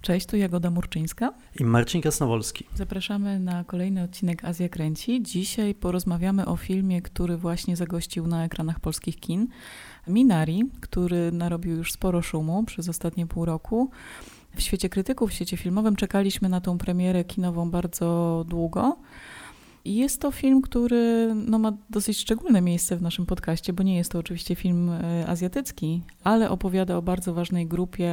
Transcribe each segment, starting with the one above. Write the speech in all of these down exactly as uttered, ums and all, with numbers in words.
Cześć, tu Jagoda Murczyńska i Marcin Krasnowolski. Zapraszamy na kolejny odcinek Azja Kręci. Dzisiaj porozmawiamy o filmie, który właśnie zagościł na ekranach polskich kin. Minari, który narobił już sporo szumu przez ostatnie pół roku. W świecie krytyków, w świecie filmowym czekaliśmy na tą premierę kinową bardzo długo. I jest to film, który no, ma dosyć szczególne miejsce w naszym podcaście, bo nie jest to oczywiście film azjatycki, ale opowiada o bardzo ważnej grupie,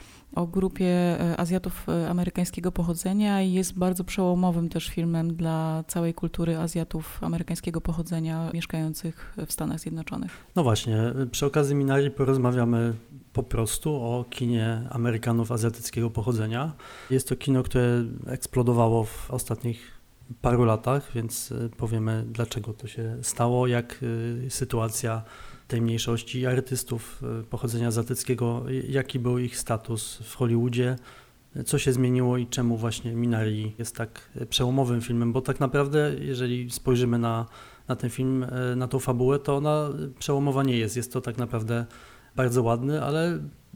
o grupie Azjatów amerykańskiego pochodzenia i jest bardzo przełomowym też filmem dla całej kultury Azjatów amerykańskiego pochodzenia mieszkających w Stanach Zjednoczonych. No właśnie, przy okazji Minari porozmawiamy po prostu o kinie Amerykanów azjatyckiego pochodzenia. Jest to kino, które eksplodowało w ostatnich paru latach, więc powiemy, dlaczego to się stało, jak sytuacja tej mniejszości artystów pochodzenia azjatyckiego, jaki był ich status w Hollywoodzie, co się zmieniło i czemu właśnie Minari jest tak przełomowym filmem, bo tak naprawdę, jeżeli spojrzymy na, na ten film, na tą fabułę, to ona przełomowa nie jest. Jest to tak naprawdę bardzo ładny, ale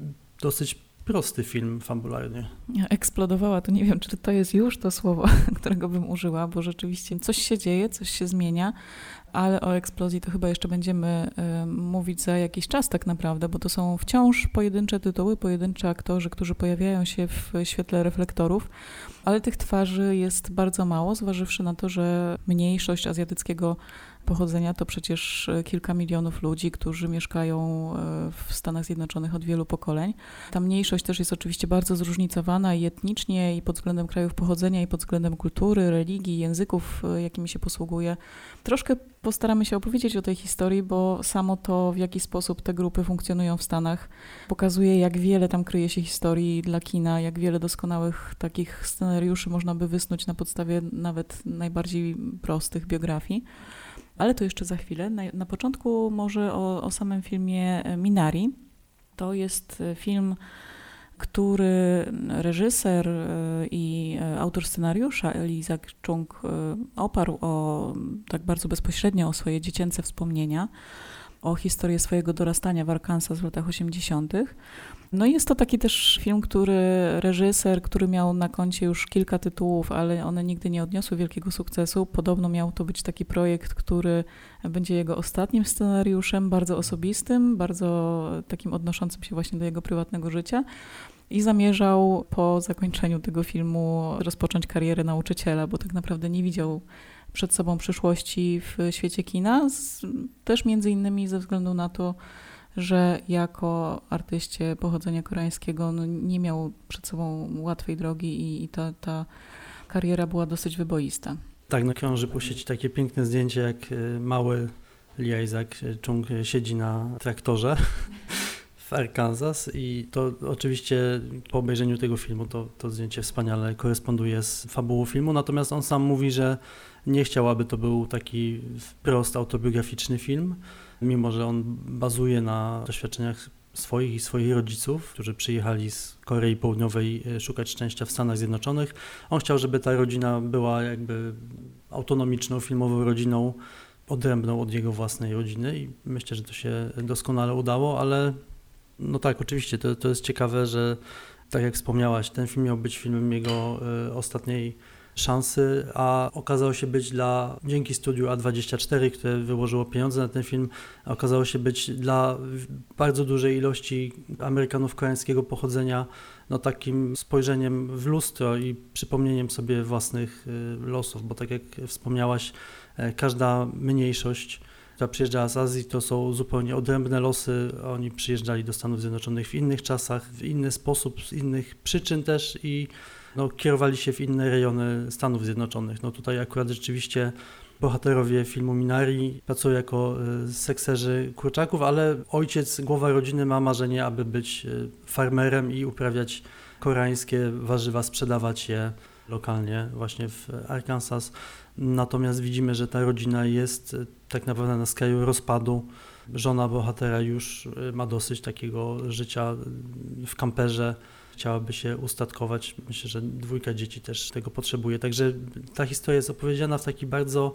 dosyć prosty film fabularnie. Eksplodowała, to nie wiem, czy to jest już to słowo, którego bym użyła, bo rzeczywiście coś się dzieje, coś się zmienia, ale o eksplozji to chyba jeszcze będziemy y, mówić za jakiś czas tak naprawdę, bo to są wciąż pojedyncze tytuły, pojedyncze aktorzy, którzy pojawiają się w świetle reflektorów, ale tych twarzy jest bardzo mało, zważywszy na to, że mniejszość azjatyckiego pochodzenia to przecież kilka milionów ludzi, którzy mieszkają w Stanach Zjednoczonych od wielu pokoleń. Ta mniejszość też jest oczywiście bardzo zróżnicowana i etnicznie, i pod względem krajów pochodzenia, i pod względem kultury, religii, języków, jakimi się posługuje. Troszkę postaramy się opowiedzieć o tej historii, bo samo to, w jaki sposób te grupy funkcjonują w Stanach, pokazuje, jak wiele tam kryje się historii dla kina, jak wiele doskonałych takich scenariuszy można by wysnuć na podstawie nawet najbardziej prostych biografii. Ale to jeszcze za chwilę. Na, na początku może o, o samym filmie Minari. To jest film, który reżyser i autor scenariusza Lee Isaac-Chung oparł o, tak bardzo bezpośrednio o swoje dziecięce wspomnienia, o historię swojego dorastania w Arkansas w latach osiemdziesiątych. No i jest to taki też film, który reżyser, który miał na koncie już kilka tytułów, ale one nigdy nie odniosły wielkiego sukcesu. Podobno miał to być taki projekt, który będzie jego ostatnim scenariuszem, bardzo osobistym, bardzo takim odnoszącym się właśnie do jego prywatnego życia. I zamierzał po zakończeniu tego filmu rozpocząć karierę nauczyciela, bo tak naprawdę nie widział przed sobą przyszłości w świecie kina, też między innymi ze względu na to, że jako artyście pochodzenia koreańskiego no, nie miał przed sobą łatwej drogi i, i ta, ta kariera była dosyć wyboista. Tak, no krąży po sieci takie piękne zdjęcie, jak mały Lee Isaac-Chung siedzi na traktorze w Arkansas i to oczywiście po obejrzeniu tego filmu to, to zdjęcie wspaniale koresponduje z fabułą filmu, natomiast on sam mówi, że nie chciał, aby to był taki wprost autobiograficzny film, mimo że on bazuje na doświadczeniach swoich i swoich rodziców, którzy przyjechali z Korei Południowej szukać szczęścia w Stanach Zjednoczonych. On chciał, żeby ta rodzina była jakby autonomiczną, filmową rodziną, odrębną od jego własnej rodziny i myślę, że to się doskonale udało, ale no tak, oczywiście to, to jest ciekawe, że tak jak wspomniałaś, ten film miał być filmem jego y, ostatniej szansy, a okazało się być dla, dzięki studiu A dwadzieścia cztery, które wyłożyło pieniądze na ten film, okazało się być dla bardzo dużej ilości Amerykanów koreańskiego pochodzenia no takim spojrzeniem w lustro i przypomnieniem sobie własnych losów, bo tak jak wspomniałaś, każda mniejszość, która przyjeżdżała z Azji, to są zupełnie odrębne losy. Oni przyjeżdżali do Stanów Zjednoczonych w innych czasach, w inny sposób, z innych przyczyn też i no, kierowali się w inne rejony Stanów Zjednoczonych. No tutaj akurat rzeczywiście bohaterowie filmu Minari pracują jako sekserzy kurczaków, ale ojciec, głowa rodziny ma marzenie, aby być farmerem i uprawiać koreańskie warzywa, sprzedawać je lokalnie właśnie w Arkansas. Natomiast widzimy, że ta rodzina jest tak naprawdę na skraju rozpadu. Żona bohatera już ma dosyć takiego życia w kamperze, chciałaby się ustatkować. Myślę, że dwójka dzieci też tego potrzebuje. Także ta historia jest opowiedziana w taki bardzo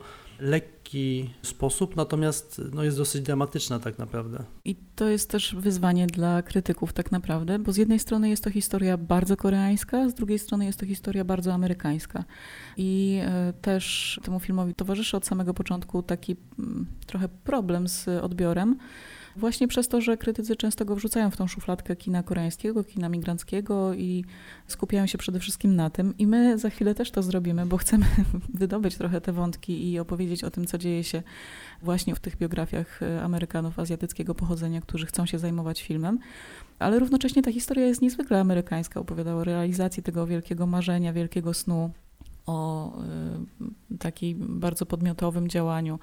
lekki sposób, natomiast no, jest dosyć dramatyczna tak naprawdę. I to jest też wyzwanie dla krytyków tak naprawdę, bo z jednej strony jest to historia bardzo koreańska, z drugiej strony jest to historia bardzo amerykańska. I y, też temu filmowi towarzyszy od samego początku taki y, trochę problem z odbiorem, właśnie przez to, że krytycy często go wrzucają w tą szufladkę kina koreańskiego, kina migranckiego i skupiają się przede wszystkim na tym. I my za chwilę też to zrobimy, bo chcemy wydobyć trochę te wątki i opowiedzieć o tym, co dzieje się właśnie w tych biografiach Amerykanów azjatyckiego pochodzenia, którzy chcą się zajmować filmem. Ale równocześnie ta historia jest niezwykle amerykańska. Opowiada o realizacji tego wielkiego marzenia, wielkiego snu, o y, takim bardzo podmiotowym działaniu,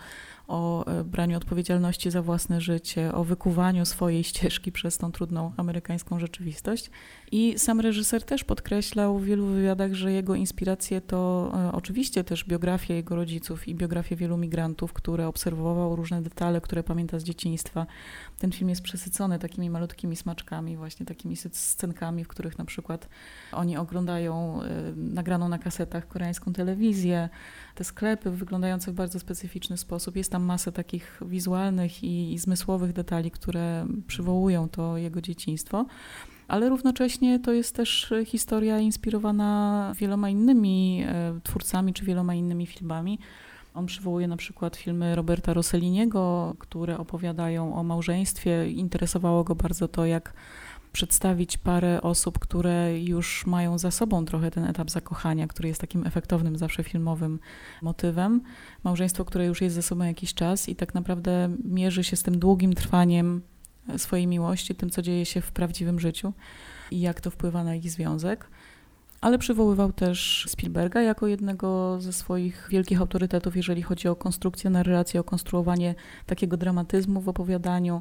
o y, braniu odpowiedzialności za własne życie, o wykuwaniu swojej ścieżki przez tą trudną amerykańską rzeczywistość. I sam reżyser też podkreślał w wielu wywiadach, że jego inspiracje to y, oczywiście też biografie jego rodziców i biografie wielu migrantów, które obserwował, różne detale, które pamięta z dzieciństwa. Ten film jest przesycony takimi malutkimi smaczkami, właśnie takimi scenkami, w których na przykład oni oglądają y, nagraną na kasetach koreańską telewizję, te sklepy wyglądające w bardzo specyficzny sposób. Jest tam masę takich wizualnych i, i zmysłowych detali, które przywołują to jego dzieciństwo. Ale równocześnie to jest też historia inspirowana wieloma innymi e, twórcami czy wieloma innymi filmami. On przywołuje na przykład filmy Roberta Rosselliniego, które opowiadają o małżeństwie. Interesowało go bardzo to, jak przedstawić parę osób, które już mają za sobą trochę ten etap zakochania, który jest takim efektownym, zawsze filmowym motywem. Małżeństwo, które już jest ze sobą jakiś czas i tak naprawdę mierzy się z tym długim trwaniem swojej miłości, tym, co dzieje się w prawdziwym życiu i jak to wpływa na ich związek. Ale przywoływał też Spielberga jako jednego ze swoich wielkich autorytetów, jeżeli chodzi o konstrukcję narracji, o konstruowanie takiego dramatyzmu w opowiadaniu.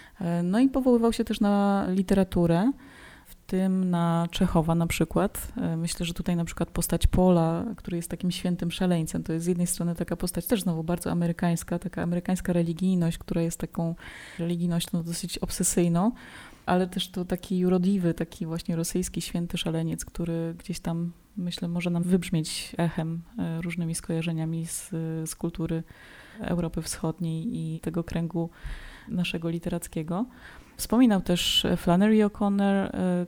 No i powoływał się też na literaturę, w tym na Czechowa na przykład. Myślę, że tutaj na przykład postać Pola, który jest takim świętym szaleńcem, to jest z jednej strony taka postać też znowu bardzo amerykańska, taka amerykańska religijność, która jest taką religijnością dosyć obsesyjną, ale też to taki jurodliwy, taki właśnie rosyjski święty szaleniec, który gdzieś tam, myślę, może nam wybrzmieć echem, różnymi skojarzeniami z, z kultury Europy Wschodniej i tego kręgu naszego literackiego. Wspominał też Flannery O'Connor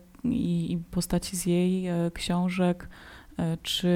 i, i postaci z jej książek, czy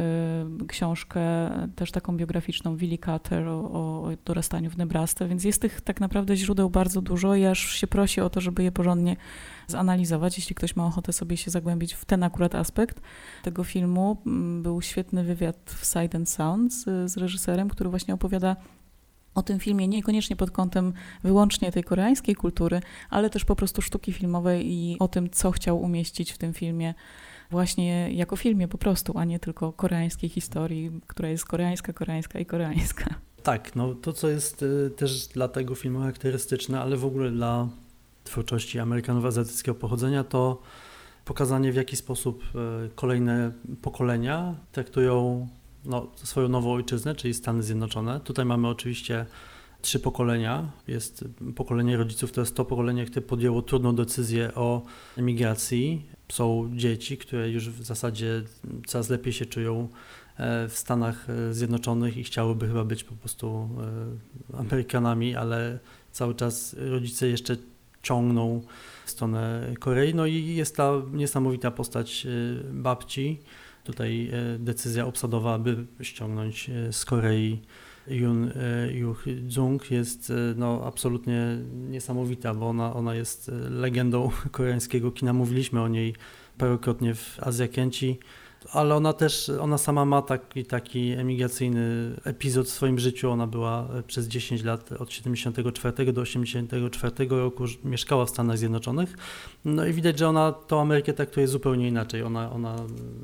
książkę też taką biograficzną Willie Carter o, o dorastaniu w Nebrasce, więc jest tych tak naprawdę źródeł bardzo dużo i aż się prosi o to, żeby je porządnie zanalizować, jeśli ktoś ma ochotę sobie się zagłębić w ten akurat aspekt tego filmu. Był świetny wywiad w Sight and Sound z, z reżyserem, który właśnie opowiada o tym filmie niekoniecznie pod kątem wyłącznie tej koreańskiej kultury, ale też po prostu sztuki filmowej i o tym, co chciał umieścić w tym filmie właśnie jako filmie po prostu, a nie tylko koreańskiej historii, która jest koreańska, koreańska i koreańska. Tak, no to co jest y, też dla tego filmu charakterystyczne, ale w ogóle dla twórczości Amerykanów azjatyckiego pochodzenia, to pokazanie, w jaki sposób y, kolejne pokolenia traktują no, swoją nową ojczyznę, czyli Stany Zjednoczone. Tutaj mamy oczywiście trzy pokolenia. Jest pokolenie rodziców, to jest to pokolenie, które podjęło trudną decyzję o emigracji. Są dzieci, które już w zasadzie coraz lepiej się czują w Stanach Zjednoczonych i chciałyby chyba być po prostu Amerykanami, ale cały czas rodzice jeszcze ciągną w stronę Korei. No i jest ta niesamowita postać babci. Tutaj decyzja obsadowa, aby ściągnąć z Korei Yoon Yuh-jung jest no, absolutnie niesamowita, bo ona, ona jest legendą koreańskiego kina. Mówiliśmy o niej parokrotnie w Azja Kręci, ale ona też, ona sama ma taki, taki emigracyjny epizod w swoim życiu. Ona była przez dziesięć lat, od siedemdziesiątego czwartego do osiemdziesiątego czwartego roku mieszkała w Stanach Zjednoczonych. No i widać, że ona tą Amerykę traktuje zupełnie inaczej. Ona, ona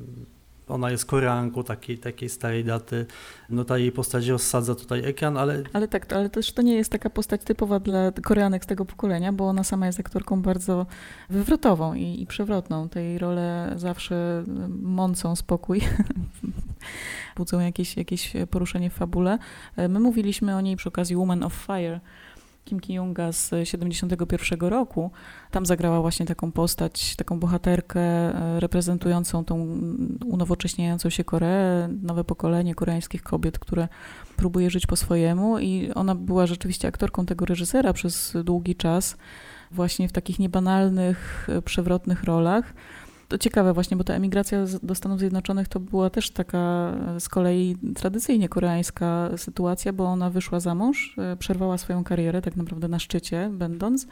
Ona jest Koreanką takiej, takiej starej daty, no ta jej postać rozsadza tutaj ekran, ale... Ale tak, ale też to nie jest taka postać typowa dla Koreanek z tego pokolenia, bo ona sama jest aktorką bardzo wywrotową i, i przewrotną. Tej rolę zawsze mącą spokój, budzą jakieś, jakieś poruszenie w fabule. My mówiliśmy o niej przy okazji Woman of Fire, Kim Ki-younga z siedemdziesiątego pierwszego roku. Tam zagrała właśnie taką postać, taką bohaterkę reprezentującą tą unowocześniającą się Koreę, nowe pokolenie koreańskich kobiet, które próbuje żyć po swojemu i ona była rzeczywiście aktorką tego reżysera przez długi czas, właśnie w takich niebanalnych, przewrotnych rolach. To ciekawe właśnie, bo ta emigracja do Stanów Zjednoczonych to była też taka z kolei tradycyjnie koreańska sytuacja, bo ona wyszła za mąż, przerwała swoją karierę tak naprawdę na szczycie będąc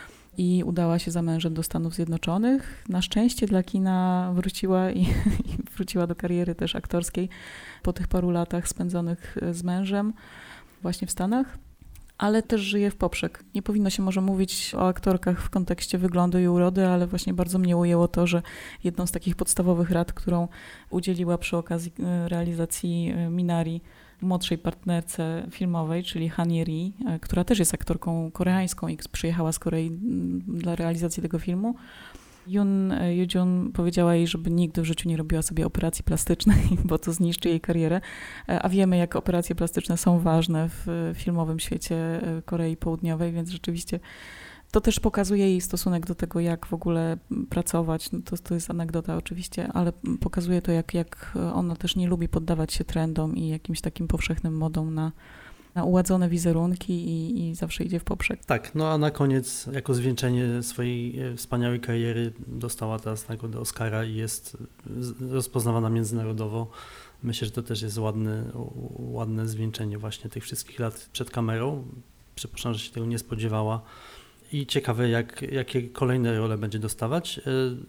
i udała się za mężem do Stanów Zjednoczonych. Na szczęście dla kina wróciła i, i wróciła do kariery też aktorskiej po tych paru latach spędzonych z mężem właśnie w Stanach. Ale też żyje w poprzek. Nie powinno się może mówić o aktorkach w kontekście wyglądu i urody, ale właśnie bardzo mnie ujęło to, że jedną z takich podstawowych rad, którą udzieliła przy okazji realizacji Minari młodszej partnerce filmowej, czyli Han Ye-ri, która też jest aktorką koreańską i przyjechała z Korei dla realizacji tego filmu, Yoon Yoo-jun powiedziała jej, żeby nigdy w życiu nie robiła sobie operacji plastycznej, bo to zniszczy jej karierę. A wiemy, jak operacje plastyczne są ważne w filmowym świecie Korei Południowej, więc rzeczywiście to też pokazuje jej stosunek do tego, jak w ogóle pracować. No to, to jest anegdota oczywiście, ale pokazuje to, jak, jak ona też nie lubi poddawać się trendom i jakimś takim powszechnym modom na na uładzone wizerunki i, i zawsze idzie w poprzek. Tak, no a na koniec jako zwieńczenie swojej wspaniałej kariery dostała teraz nagrodę Oscara i jest rozpoznawana międzynarodowo. Myślę, że to też jest ładny, ładne zwieńczenie właśnie tych wszystkich lat przed kamerą. Przypuszczam, że się tego nie spodziewała. I ciekawe, jak, jakie kolejne role będzie dostawać.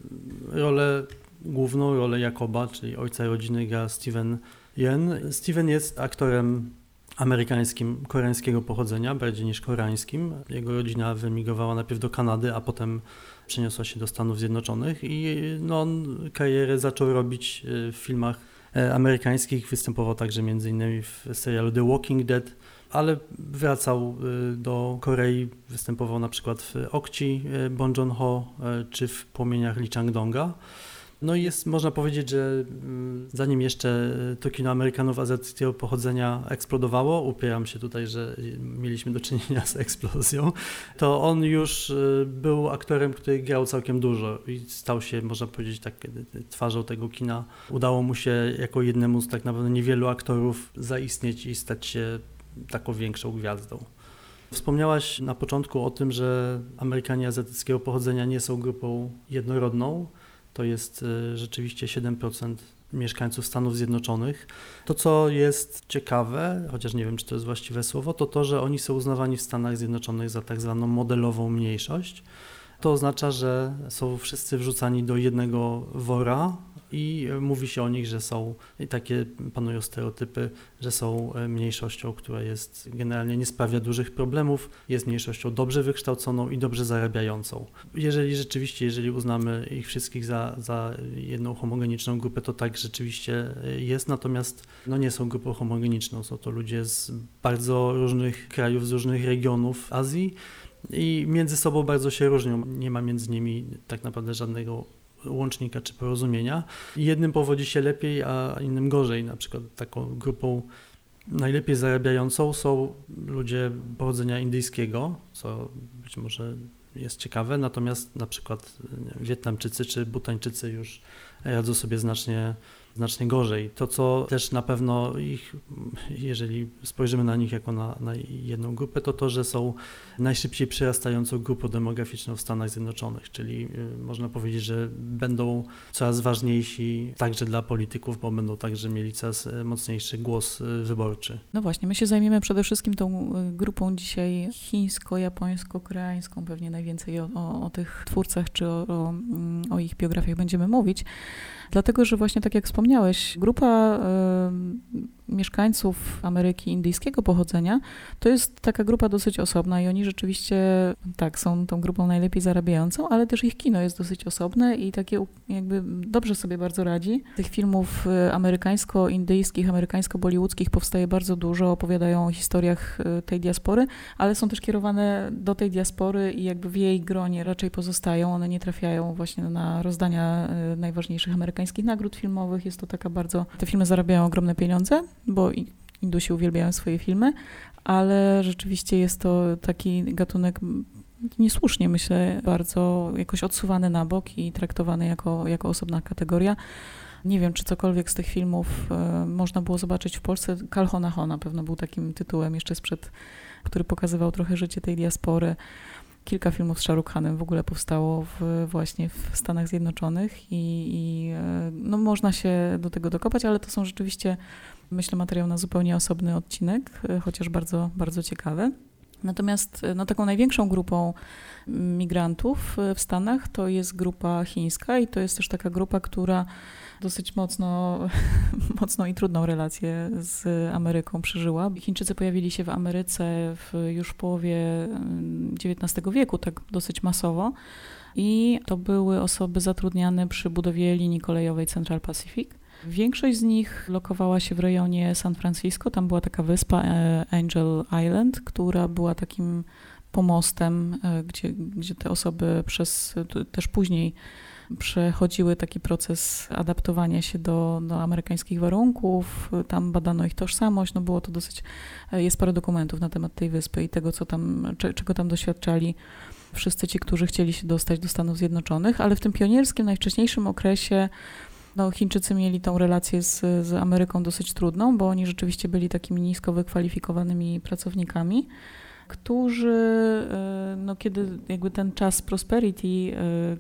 Rolę główną, rolę Jakoba, czyli ojca rodziny, gra Steven Yeun. Steven jest aktorem amerykańskim, koreańskiego pochodzenia, bardziej niż koreańskim. Jego rodzina wyemigrowała najpierw do Kanady, a potem przeniosła się do Stanów Zjednoczonych i no, on karierę zaczął robić w filmach amerykańskich. Występował także między innymi w serialu The Walking Dead, ale wracał do Korei, występował na przykład w Okci Bong Joon-ho czy w Płomieniach Lee Chang-donga. No i jest, można powiedzieć, że zanim jeszcze to kino Amerykanów azjatyckiego pochodzenia eksplodowało, upieram się tutaj, że mieliśmy do czynienia z eksplozją, to on już był aktorem, który grał całkiem dużo i stał się, można powiedzieć, tak twarzą tego kina. Udało mu się jako jednemu z tak naprawdę niewielu aktorów zaistnieć i stać się taką większą gwiazdą. Wspomniałaś na początku o tym, że Amerykanie azjatyckiego pochodzenia nie są grupą jednorodną. To jest rzeczywiście siedem procent mieszkańców Stanów Zjednoczonych. To, co jest ciekawe, chociaż nie wiem, czy to jest właściwe słowo, to to, że oni są uznawani w Stanach Zjednoczonych za tak zwaną modelową mniejszość. To oznacza, że są wszyscy wrzucani do jednego wora i mówi się o nich, że są, i takie panują stereotypy, że są mniejszością, która jest generalnie nie sprawia dużych problemów, jest mniejszością dobrze wykształconą i dobrze zarabiającą. Jeżeli rzeczywiście, jeżeli uznamy ich wszystkich za, za jedną homogeniczną grupę, to tak rzeczywiście jest, natomiast no nie są grupą homogeniczną, są to ludzie z bardzo różnych krajów, z różnych regionów Azji i między sobą bardzo się różnią, nie ma między nimi tak naprawdę żadnego łącznika czy porozumienia. Jednym powodzi się lepiej, a innym gorzej. Na przykład taką grupą najlepiej zarabiającą są ludzie pochodzenia indyjskiego, co być może jest ciekawe, natomiast na przykład Wietnamczycy czy Butańczycy już radzą sobie znacznie, znacznie gorzej. To, co też na pewno ich, jeżeli spojrzymy na nich jako na, na jedną grupę, to to, że są najszybciej przyrastającą grupą demograficzną w Stanach Zjednoczonych, czyli można powiedzieć, że będą coraz ważniejsi także dla polityków, bo będą także mieli coraz mocniejszy głos wyborczy. No właśnie, my się zajmiemy przede wszystkim tą grupą dzisiaj chińsko-japońsko-koreańską, pewnie najwięcej o, o, o tych twórcach czy o, o, o ich biografiach będziemy mówić. Dlatego, że właśnie tak jak wspomniałeś, grupa y, mieszkańców Ameryki indyjskiego pochodzenia to jest taka grupa dosyć osobna i oni rzeczywiście tak są tą grupą najlepiej zarabiającą, ale też ich kino jest dosyć osobne i takie jakby dobrze sobie bardzo radzi. Tych filmów amerykańsko-indyjskich, amerykańsko-bollywoodzkich powstaje bardzo dużo, opowiadają o historiach tej diaspory, ale są też kierowane do tej diaspory i jakby w jej gronie raczej pozostają. One nie trafiają właśnie na rozdania najważniejszych amerykańskich nagród filmowych. Jest to taka bardzo... Te filmy zarabiają ogromne pieniądze, bo Indusi uwielbiają swoje filmy, ale rzeczywiście jest to taki gatunek niesłusznie, myślę, bardzo jakoś odsuwany na bok i traktowany jako, jako osobna kategoria. Nie wiem, czy cokolwiek z tych filmów e, można było zobaczyć w Polsce. Kal Ho Na Ho na pewno był takim tytułem jeszcze sprzed, który pokazywał trochę życie tej diaspory. Kilka filmów z Shah Rukh Khanem w ogóle powstało w, właśnie w Stanach Zjednoczonych i, i e, no, można się do tego dokopać, ale to są rzeczywiście, myślę, materiał na zupełnie osobny odcinek, e, chociaż bardzo, bardzo ciekawy. Natomiast no, taką największą grupą migrantów w Stanach to jest grupa chińska i to jest też taka grupa, która dosyć mocno, mocną i trudną relację z Ameryką przeżyła. Chińczycy pojawili się w Ameryce w, już w połowie dziewiętnastego wieku, tak dosyć masowo i to były osoby zatrudniane przy budowie linii kolejowej Central Pacific. Większość z nich lokowała się w rejonie San Francisco, tam była taka wyspa Angel Island, która była takim pomostem, gdzie, gdzie te osoby przez też później przechodziły taki proces adaptowania się do, do amerykańskich warunków, tam badano ich tożsamość, no było to dosyć, jest parę dokumentów na temat tej wyspy i tego, co tam, czego tam doświadczali wszyscy ci, którzy chcieli się dostać do Stanów Zjednoczonych, ale w tym pionierskim, najwcześniejszym okresie no, Chińczycy mieli tą relację z, z Ameryką dosyć trudną, bo oni rzeczywiście byli takimi nisko wykwalifikowanymi pracownikami, którzy, no, kiedy jakby ten czas prosperity,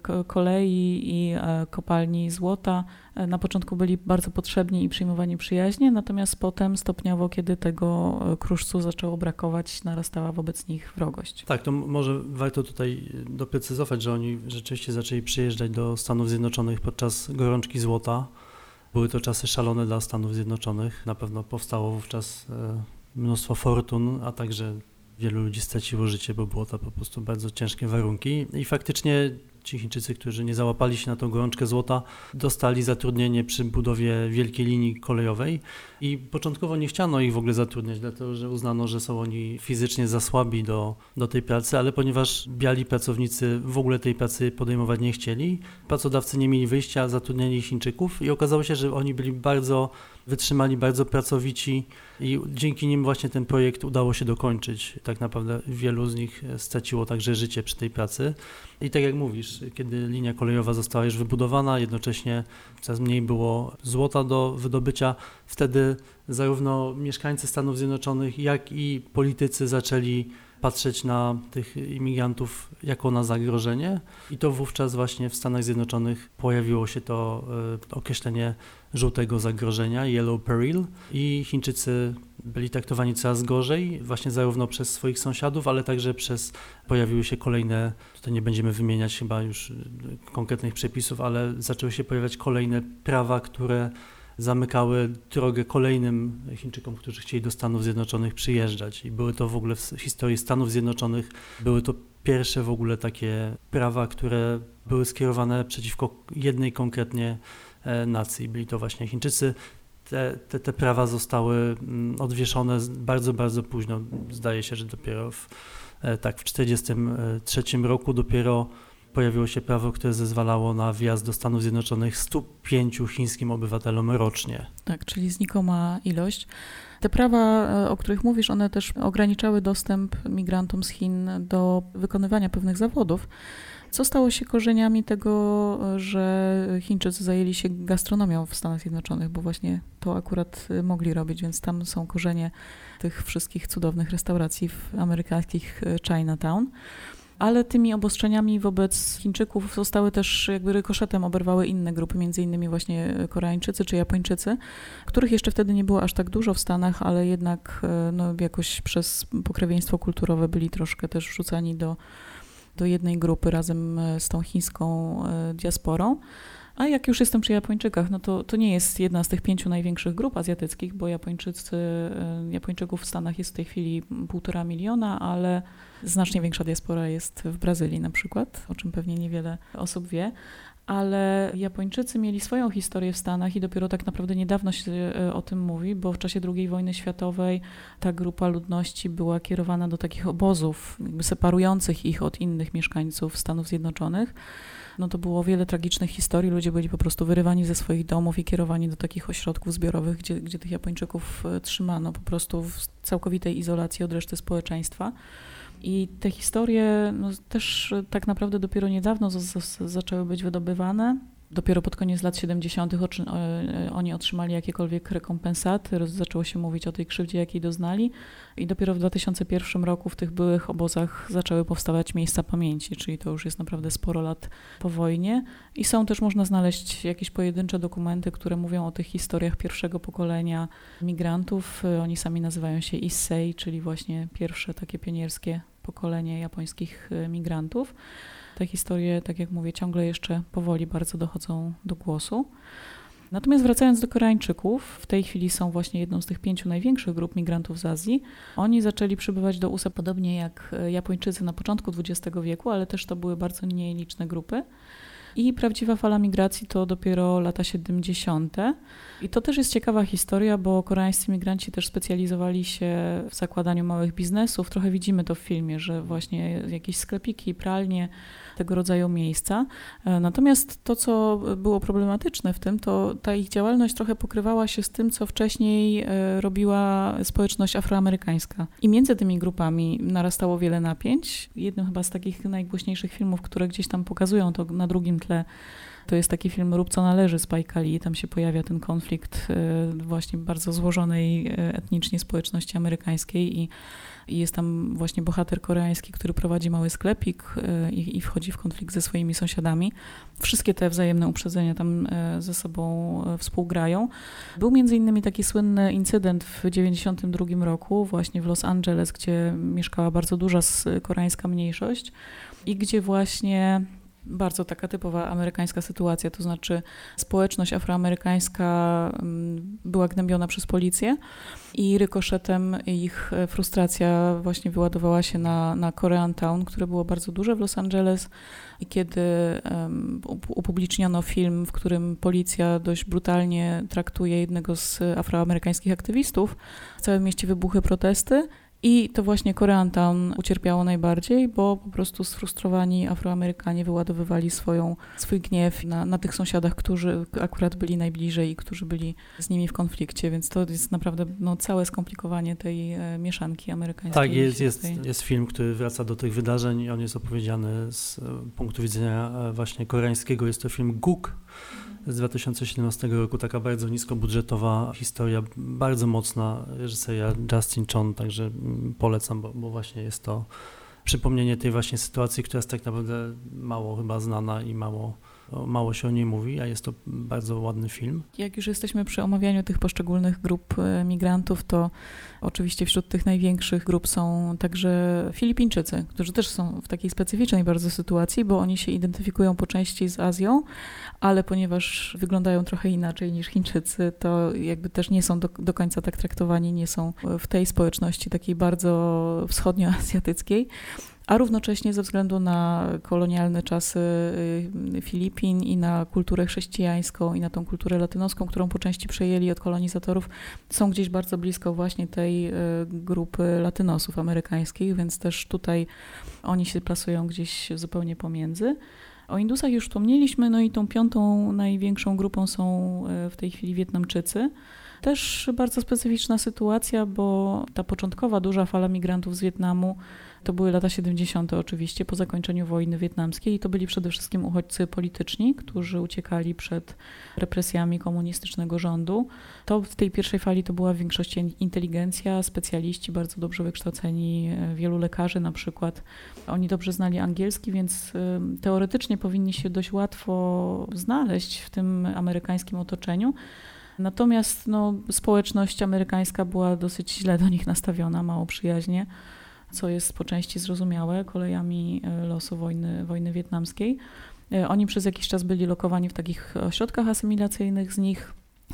kolei i kopalni złota na początku byli bardzo potrzebni i przyjmowani przyjaźnie, natomiast potem stopniowo, kiedy tego kruszcu zaczęło brakować, narastała wobec nich wrogość. Tak, to może warto tutaj doprecyzować, że oni rzeczywiście zaczęli przyjeżdżać do Stanów Zjednoczonych podczas gorączki złota. Były to czasy szalone dla Stanów Zjednoczonych. Na pewno powstało wówczas mnóstwo fortun, a także wielu ludzi straciło życie, bo było to po prostu bardzo ciężkie warunki i faktycznie ci Chińczycy, którzy nie załapali się na tą gorączkę złota, dostali zatrudnienie przy budowie wielkiej linii kolejowej i początkowo nie chciano ich w ogóle zatrudniać, dlatego że uznano, że są oni fizycznie za słabi do, do tej pracy, ale ponieważ biali pracownicy w ogóle tej pracy podejmować nie chcieli, pracodawcy nie mieli wyjścia, zatrudniali Chińczyków i okazało się, że oni byli bardzo wytrzymali, bardzo pracowici i dzięki nim właśnie ten projekt udało się dokończyć. Tak naprawdę wielu z nich straciło także życie przy tej pracy. I tak jak mówisz, kiedy linia kolejowa została już wybudowana, jednocześnie coraz mniej było złota do wydobycia, wtedy zarówno mieszkańcy Stanów Zjednoczonych, jak i politycy zaczęli patrzeć na tych imigrantów jako na zagrożenie i to wówczas właśnie w Stanach Zjednoczonych pojawiło się to y, określenie żółtego zagrożenia, yellow peril i Chińczycy byli traktowani coraz gorzej, właśnie zarówno przez swoich sąsiadów, ale także przez, pojawiły się kolejne, tutaj nie będziemy wymieniać chyba już konkretnych przepisów, ale zaczęły się pojawiać kolejne prawa, które zamykały drogę kolejnym Chińczykom, którzy chcieli do Stanów Zjednoczonych przyjeżdżać i były to w ogóle w historii Stanów Zjednoczonych, były to pierwsze w ogóle takie prawa, które były skierowane przeciwko jednej konkretnie nacji. Byli to właśnie Chińczycy. Te, te, te prawa zostały odwieszone bardzo, bardzo późno. Zdaje się, że dopiero w, tak, w czterdziestym trzecim roku dopiero pojawiło się prawo, które zezwalało na wjazd do Stanów Zjednoczonych stu pięciu chińskim obywatelom rocznie. Tak, czyli znikoma ilość. Te prawa, o których mówisz, one też ograniczały dostęp migrantom z Chin do wykonywania pewnych zawodów. Co stało się korzeniami tego, że Chińczycy zajęli się gastronomią w Stanach Zjednoczonych, bo właśnie to akurat mogli robić, więc tam są korzenie tych wszystkich cudownych restauracji w amerykańskich Chinatown. Ale tymi obostrzeniami wobec Chińczyków zostały też jakby rykoszetem oberwały inne grupy, między innymi właśnie Koreańczycy czy Japończycy, których jeszcze wtedy nie było aż tak dużo w Stanach, ale jednak no, jakoś przez pokrewieństwo kulturowe byli troszkę też wrzucani do, do jednej grupy razem z tą chińską diasporą. A jak już jestem przy Japończykach, no to, to nie jest jedna z tych pięciu największych grup azjatyckich, bo Japończycy, Japończyków w Stanach jest w tej chwili półtora miliona, ale znacznie większa diaspora jest w Brazylii na przykład, o czym pewnie niewiele osób wie. ale Japończycy mieli swoją historię w Stanach i dopiero tak naprawdę niedawno się o tym mówi, bo w czasie drugiej wojny światowej ta grupa ludności była kierowana do takich obozów, jakby separujących ich od innych mieszkańców Stanów Zjednoczonych. No to było wiele tragicznych historii, ludzie byli po prostu wyrywani ze swoich domów i kierowani do takich ośrodków zbiorowych, gdzie, gdzie tych Japończyków trzymano po prostu w całkowitej izolacji od reszty społeczeństwa. I te historie no, też tak naprawdę dopiero niedawno z, z, zaczęły być wydobywane. Dopiero pod koniec lat siedemdziesiątych oczy, oni otrzymali jakiekolwiek rekompensaty, roz, zaczęło się mówić o tej krzywdzie, jakiej doznali i dopiero w dwa tysiące pierwszym roku w tych byłych obozach zaczęły powstawać miejsca pamięci, czyli to już jest naprawdę sporo lat po wojnie i są też, można znaleźć jakieś pojedyncze dokumenty, które mówią o tych historiach pierwszego pokolenia migrantów. Oni sami nazywają się Issei, czyli właśnie pierwsze takie pionierskie pokolenie japońskich migrantów. Te historie, tak jak mówię, ciągle jeszcze powoli bardzo dochodzą do głosu. Natomiast wracając do Koreańczyków, w tej chwili są właśnie jedną z tych pięciu największych grup migrantów z Azji. Oni zaczęli przybywać do U S A podobnie jak Japończycy na początku dwudziestego wieku, ale też to były bardzo nieliczne grupy. I prawdziwa fala migracji to dopiero lata siedemdziesiąte. I to też jest ciekawa historia, bo koreańscy migranci też specjalizowali się w zakładaniu małych biznesów. Trochę widzimy to w filmie, że właśnie jakieś sklepiki, pralnie, tego rodzaju miejsca. Natomiast to, co było problematyczne w tym, to ta ich działalność trochę pokrywała się z tym, co wcześniej robiła społeczność afroamerykańska. I między tymi grupami narastało wiele napięć. Jednym chyba z takich najgłośniejszych filmów, które gdzieś tam pokazują to na drugim tle, to jest taki film Rób co należy z Spike'a Lee. Tam się pojawia ten konflikt właśnie bardzo złożonej etnicznie społeczności amerykańskiej i, i jest tam właśnie bohater koreański, który prowadzi mały sklepik i, i wchodzi w konflikt ze swoimi sąsiadami. Wszystkie te wzajemne uprzedzenia tam ze sobą współgrają. Był między innymi taki słynny incydent w dziewięćdziesiątym drugim roku właśnie w Los Angeles, gdzie mieszkała bardzo duża koreańska mniejszość i gdzie właśnie bardzo taka typowa amerykańska sytuacja, to znaczy społeczność afroamerykańska była gnębiona przez policję i rykoszetem ich frustracja właśnie wyładowała się na, na Koreatown, które było bardzo duże w Los Angeles i kiedy um, upubliczniono film, w którym policja dość brutalnie traktuje jednego z afroamerykańskich aktywistów, w całym mieście wybuchły protesty. I to właśnie Koreatown ucierpiało najbardziej, bo po prostu sfrustrowani Afroamerykanie wyładowywali swoją, swój gniew na, na tych sąsiadach, którzy akurat byli najbliżej i którzy byli z nimi w konflikcie, więc to jest naprawdę no, całe skomplikowanie tej e, mieszanki amerykańskiej. Tak, jest, jest, jest film, który wraca do tych wydarzeń i on jest opowiedziany z punktu widzenia właśnie koreańskiego. Jest to film Guk z dwa tysiące siedemnastego roku, taka bardzo niskobudżetowa historia, bardzo mocna reżyseria Justin Chon, także polecam, bo, bo właśnie jest to przypomnienie tej właśnie sytuacji, która jest tak naprawdę mało chyba znana i mało, mało się o niej mówi, a jest to bardzo ładny film. Jak już jesteśmy przy omawianiu tych poszczególnych grup migrantów, to oczywiście wśród tych największych grup są także Filipińczycy, którzy też są w takiej specyficznej bardzo sytuacji, bo oni się identyfikują po części z Azją, ale ponieważ wyglądają trochę inaczej niż Chińczycy, to jakby też nie są do, do końca tak traktowani, nie są w tej społeczności takiej bardzo wschodnioazjatyckiej. A równocześnie ze względu na kolonialne czasy Filipin i na kulturę chrześcijańską i na tą kulturę latynoską, którą po części przejęli od kolonizatorów, są gdzieś bardzo blisko właśnie tej grupy latynosów amerykańskich, więc też tutaj oni się plasują gdzieś zupełnie pomiędzy. O Indusach już wspomnieliśmy, no i tą piątą największą grupą są w tej chwili Wietnamczycy. Też bardzo specyficzna sytuacja, bo ta początkowa duża fala migrantów z Wietnamu to były lata siedemdziesiąte oczywiście, po zakończeniu wojny wietnamskiej i to byli przede wszystkim uchodźcy polityczni, którzy uciekali przed represjami komunistycznego rządu. To w tej pierwszej fali to była w większości inteligencja, specjaliści bardzo dobrze wykształceni, wielu lekarzy na przykład. Oni dobrze znali angielski, więc teoretycznie powinni się dość łatwo znaleźć w tym amerykańskim otoczeniu. Natomiast no, społeczność amerykańska była dosyć źle do nich nastawiona, mało przyjaźnie, co jest po części zrozumiałe kolejami losu wojny, wojny wietnamskiej. Oni przez jakiś czas byli lokowani w takich ośrodkach asymilacyjnych, z nich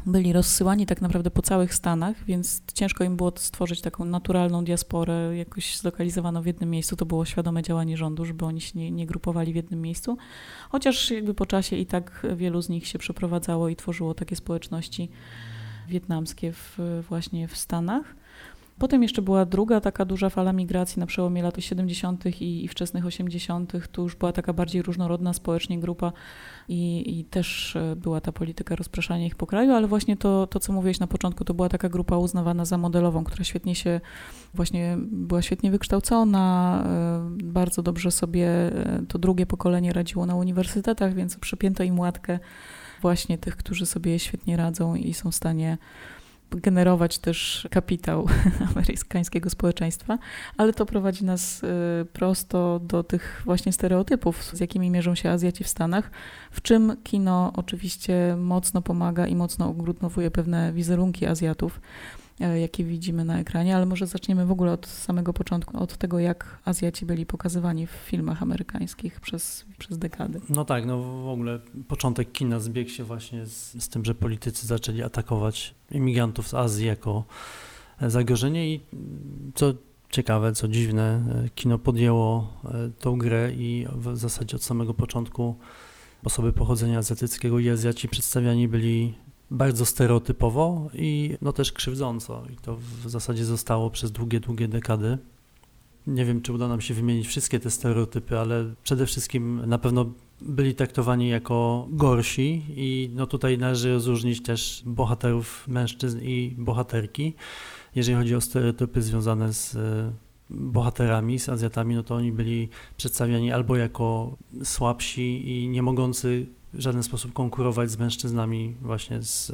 byli rozsyłani tak naprawdę po całych Stanach, więc ciężko im było stworzyć taką naturalną diasporę, jakoś zlokalizowaną w jednym miejscu. To było świadome działanie rządu, żeby oni się nie, nie grupowali w jednym miejscu. Chociaż jakby po czasie i tak wielu z nich się przeprowadzało i tworzyło takie społeczności wietnamskie w, właśnie w Stanach. Potem jeszcze była druga taka duża fala migracji na przełomie lat siedemdziesiątych i, i wczesnych osiemdziesiątych. Tu już była taka bardziej różnorodna społecznie grupa i, i też była ta polityka rozpraszania ich po kraju, ale właśnie to, to, co mówiłeś na początku, to była taka grupa uznawana za modelową, która świetnie się, właśnie była świetnie wykształcona, bardzo dobrze sobie to drugie pokolenie radziło na uniwersytetach, więc przypięto im łatkę właśnie tych, którzy sobie świetnie radzą i są w stanie generować też kapitał amerykańskiego społeczeństwa, ale to prowadzi nas prosto do tych właśnie stereotypów, z jakimi mierzą się Azjaci w Stanach, w czym kino oczywiście mocno pomaga i mocno ugruntowuje pewne wizerunki Azjatów, jakie widzimy na ekranie, ale może zaczniemy w ogóle od samego początku, od tego, jak Azjaci byli pokazywani w filmach amerykańskich przez, przez dekady. No tak, no w ogóle początek kina zbiegł się właśnie z, z tym, że politycy zaczęli atakować imigrantów z Azji jako zagrożenie i co ciekawe, co dziwne, kino podjęło tą grę i w zasadzie od samego początku osoby pochodzenia azjatyckiego i Azjaci przedstawiani byli bardzo stereotypowo i no też krzywdząco i to w zasadzie zostało przez długie, długie dekady. Nie wiem, czy uda nam się wymienić wszystkie te stereotypy, ale przede wszystkim na pewno byli traktowani jako gorsi i no tutaj należy rozróżnić też bohaterów mężczyzn i bohaterki. Jeżeli chodzi o stereotypy związane z bohaterami, z Azjatami, no to oni byli przedstawiani albo jako słabsi i nie mogący w żaden sposób konkurować z mężczyznami właśnie z,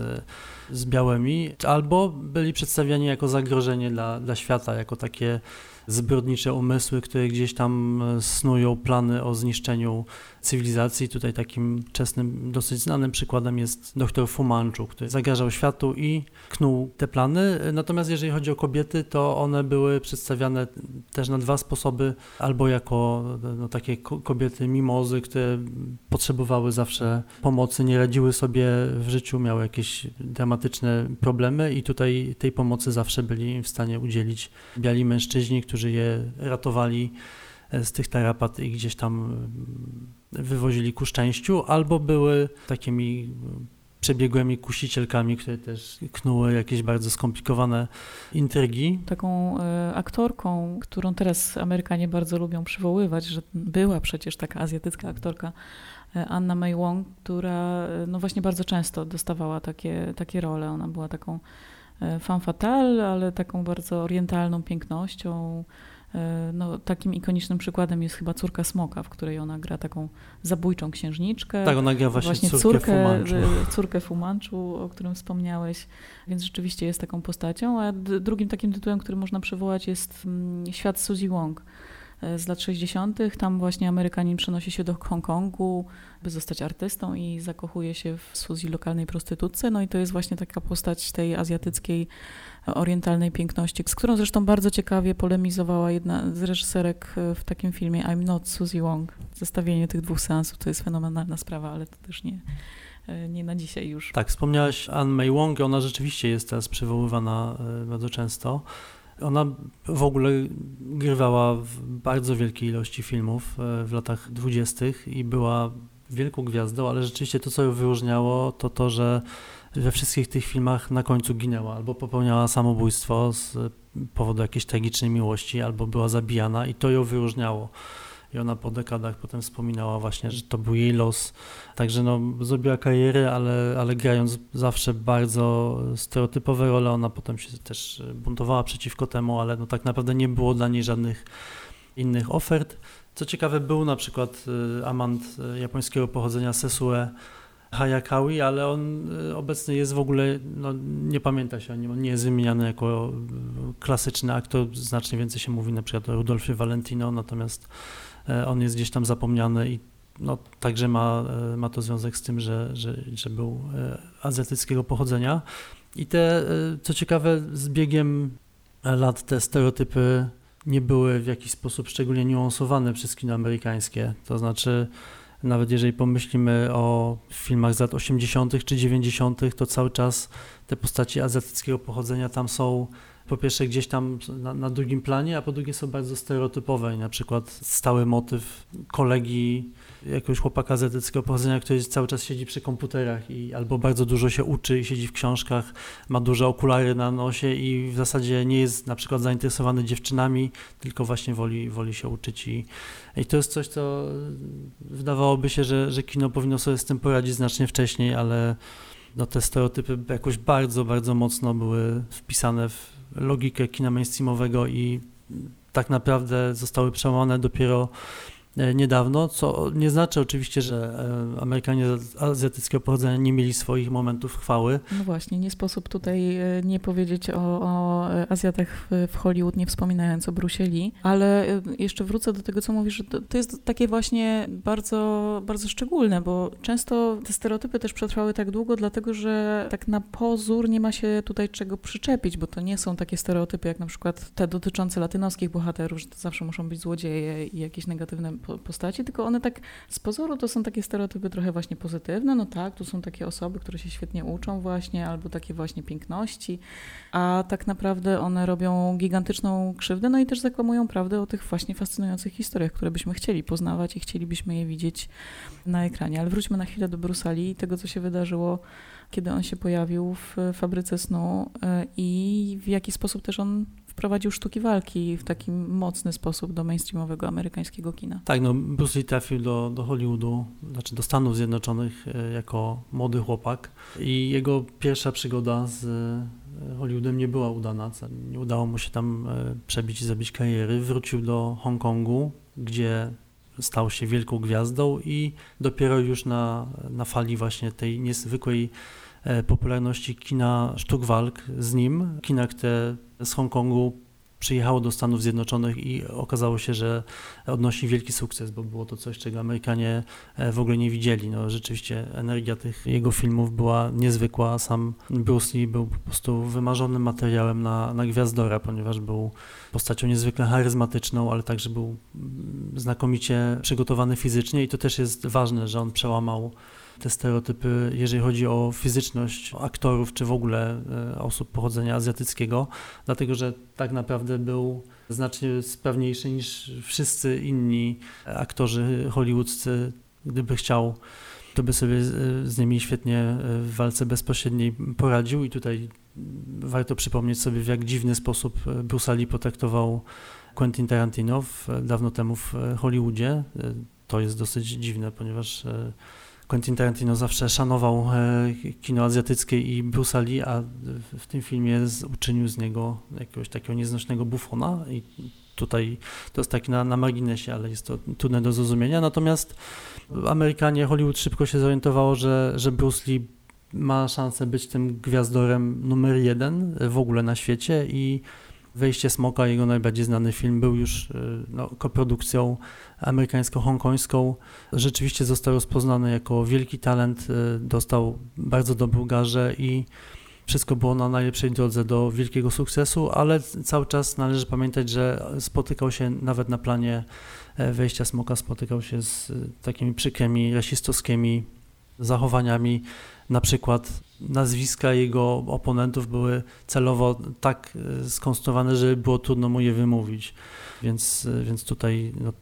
z białymi, albo byli przedstawiani jako zagrożenie dla, dla świata, jako takie zbrodnicze umysły, które gdzieś tam snują plany o zniszczeniu cywilizacji. Tutaj takim wczesnym, dosyć znanym przykładem jest doktor Fu Manchu, który zagrażał światu i knuł te plany. Natomiast jeżeli chodzi o kobiety, to one były przedstawiane też na dwa sposoby, albo jako no, takie kobiety mimozy, które potrzebowały zawsze pomocy, nie radziły sobie w życiu, miały jakieś dramatyczne problemy i tutaj tej pomocy zawsze byli w stanie udzielić biali mężczyźni, którzy je ratowali z tych tarapat i gdzieś tam wywozili ku szczęściu, albo były takimi przebiegłymi kusicielkami, które też knuły jakieś bardzo skomplikowane intrygi. Taką y, aktorką, którą teraz Amerykanie bardzo lubią przywoływać, że była przecież taka azjatycka aktorka Anna May Wong, która no właśnie bardzo często dostawała takie, takie role. Ona była taką femme fatale, ale taką bardzo orientalną pięknością. No, takim ikonicznym przykładem jest chyba Córka Smoka, w której ona gra taką zabójczą księżniczkę. Tak, ona gra właśnie, właśnie córkę, córkę Fu Manchu. Córkę Fu Manchu, o którym wspomniałeś, więc rzeczywiście jest taką postacią. A drugim takim tytułem, który można przywołać, jest Świat Suzy Wong z lat sześćdziesiątych. Tam właśnie Amerykanin przenosi się do Hongkongu, by zostać artystą i zakochuje się w Suzy, lokalnej prostytutce. No i to jest właśnie taka postać tej azjatyckiej, orientalnej piękności, z którą zresztą bardzo ciekawie polemizowała jedna z reżyserek w takim filmie I'm Not Suzy Wong. Zestawienie tych dwóch seansów to jest fenomenalna sprawa, ale to też nie, nie na dzisiaj już. Tak, wspomniałaś Ann May Wong, ona rzeczywiście jest teraz przywoływana bardzo często. Ona w ogóle grywała w bardzo wielkiej ilości filmów w latach dwudziestych i była wielką gwiazdą, ale rzeczywiście to, co ją wyróżniało, to to, że we wszystkich tych filmach na końcu ginęła albo popełniała samobójstwo z powodu jakiejś tragicznej miłości, albo była zabijana i to ją wyróżniało. I ona po dekadach potem wspominała właśnie, że to był jej los. Także no, zrobiła karierę, ale, ale grając zawsze bardzo stereotypowe role, ona potem się też buntowała przeciwko temu, ale no tak naprawdę nie było dla niej żadnych innych ofert. Co ciekawe, był na przykład amant japońskiego pochodzenia Sesue Hayakawi, ale on obecny jest w ogóle, no nie pamięta się o nim, on nie jest wymieniany jako klasyczny aktor, znacznie więcej się mówi na przykład o Rudolfie Valentino, natomiast on jest gdzieś tam zapomniany i no, także ma, ma to związek z tym, że, że, że był azjatyckiego pochodzenia. I te, co ciekawe, z biegiem lat te stereotypy nie były w jakiś sposób szczególnie niuansowane przez kino amerykańskie, to znaczy Nawet jeżeli pomyślimy o filmach z lat osiemdziesiątych czy dziewięćdziesiątych, to cały czas te postaci azjatyckiego pochodzenia tam są po pierwsze gdzieś tam na, na drugim planie, a po drugie są bardzo stereotypowe. Na przykład stały motyw kolegi, jakiegoś chłopaka azjatyckiego pochodzenia, który cały czas siedzi przy komputerach i albo bardzo dużo się uczy i siedzi w książkach, ma duże okulary na nosie i w zasadzie nie jest na przykład zainteresowany dziewczynami, tylko właśnie woli, woli się uczyć. I, i to jest coś, co wydawałoby się, że, że kino powinno sobie z tym poradzić znacznie wcześniej, ale no, te stereotypy jakoś bardzo, bardzo mocno były wpisane w logikę kina mainstreamowego i tak naprawdę zostały przełamane dopiero niedawno, co nie znaczy oczywiście, że Amerykanie azjatyckiego pochodzenia nie mieli swoich momentów chwały. No właśnie, nie sposób tutaj nie powiedzieć o, o Azjatach w Hollywood, nie wspominając o Bruce Lee, ale jeszcze wrócę do tego, co mówisz, że to, to jest takie właśnie bardzo, bardzo szczególne, bo często te stereotypy też przetrwały tak długo, dlatego że tak na pozór nie ma się tutaj czego przyczepić, bo to nie są takie stereotypy jak na przykład te dotyczące latynoskich bohaterów, że to zawsze muszą być złodzieje i jakieś negatywne postaci, tylko one tak z pozoru to są takie stereotypy trochę właśnie pozytywne, no tak, tu są takie osoby, które się świetnie uczą właśnie, albo takie właśnie piękności, a tak naprawdę one robią gigantyczną krzywdę, no i też zakłamują prawdę o tych właśnie fascynujących historiach, które byśmy chcieli poznawać i chcielibyśmy je widzieć na ekranie. Ale wróćmy na chwilę do Bruce'a Lee i tego, co się wydarzyło, kiedy on się pojawił w Fabryce Snu i w jaki sposób też on wprowadził sztuki walki w taki mocny sposób do mainstreamowego amerykańskiego kina. Tak, no Bruce Lee trafił do, do Hollywoodu, znaczy do Stanów Zjednoczonych jako młody chłopak i jego pierwsza przygoda z Hollywoodem nie była udana. Nie udało mu się tam przebić i zabić kariery. Wrócił do Hongkongu, gdzie stał się wielką gwiazdą i dopiero już na, na fali właśnie tej niezwykłej popularności kina sztuk walk z nim, kina, które z Hongkongu przyjechało do Stanów Zjednoczonych i okazało się, że odnosi wielki sukces, bo było to coś, czego Amerykanie w ogóle nie widzieli. No, rzeczywiście energia tych jego filmów była niezwykła, sam Bruce Lee był po prostu wymarzonym materiałem na, na gwiazdora, ponieważ był postacią niezwykle charyzmatyczną, ale także był znakomicie przygotowany fizycznie i to też jest ważne, że on przełamał te stereotypy, jeżeli chodzi o fizyczność aktorów, czy w ogóle osób pochodzenia azjatyckiego, dlatego że tak naprawdę był znacznie sprawniejszy niż wszyscy inni aktorzy hollywoodzcy. Gdyby chciał, to by sobie z nimi świetnie w walce bezpośredniej poradził i tutaj warto przypomnieć sobie, w jak dziwny sposób Bruce'a Lee potraktował Quentin Tarantino w, dawno temu w Hollywoodzie. To jest dosyć dziwne, ponieważ Quentin Tarantino zawsze szanował kino azjatyckie i Bruce'a Lee, a w tym filmie uczynił z niego jakiegoś takiego nieznośnego bufona i tutaj to jest tak na, na marginesie, ale jest to trudne do zrozumienia. Natomiast Amerykanie, Hollywood szybko się zorientowało, że, że Bruce Lee ma szansę być tym gwiazdorem numer jeden w ogóle na świecie i Wejście Smoka, jego najbardziej znany film, był już no, koprodukcją amerykańsko-hongkońską. Rzeczywiście został rozpoznany jako wielki talent, dostał bardzo dobrą garzę i wszystko było na najlepszej drodze do wielkiego sukcesu, ale cały czas należy pamiętać, że spotykał się nawet na planie Wejścia Smoka, spotykał się z takimi przykrymi, rasistowskimi zachowaniami. Na przykład nazwiska jego oponentów były celowo tak skonstruowane, że było trudno mu je wymówić, więc, więc tutaj no,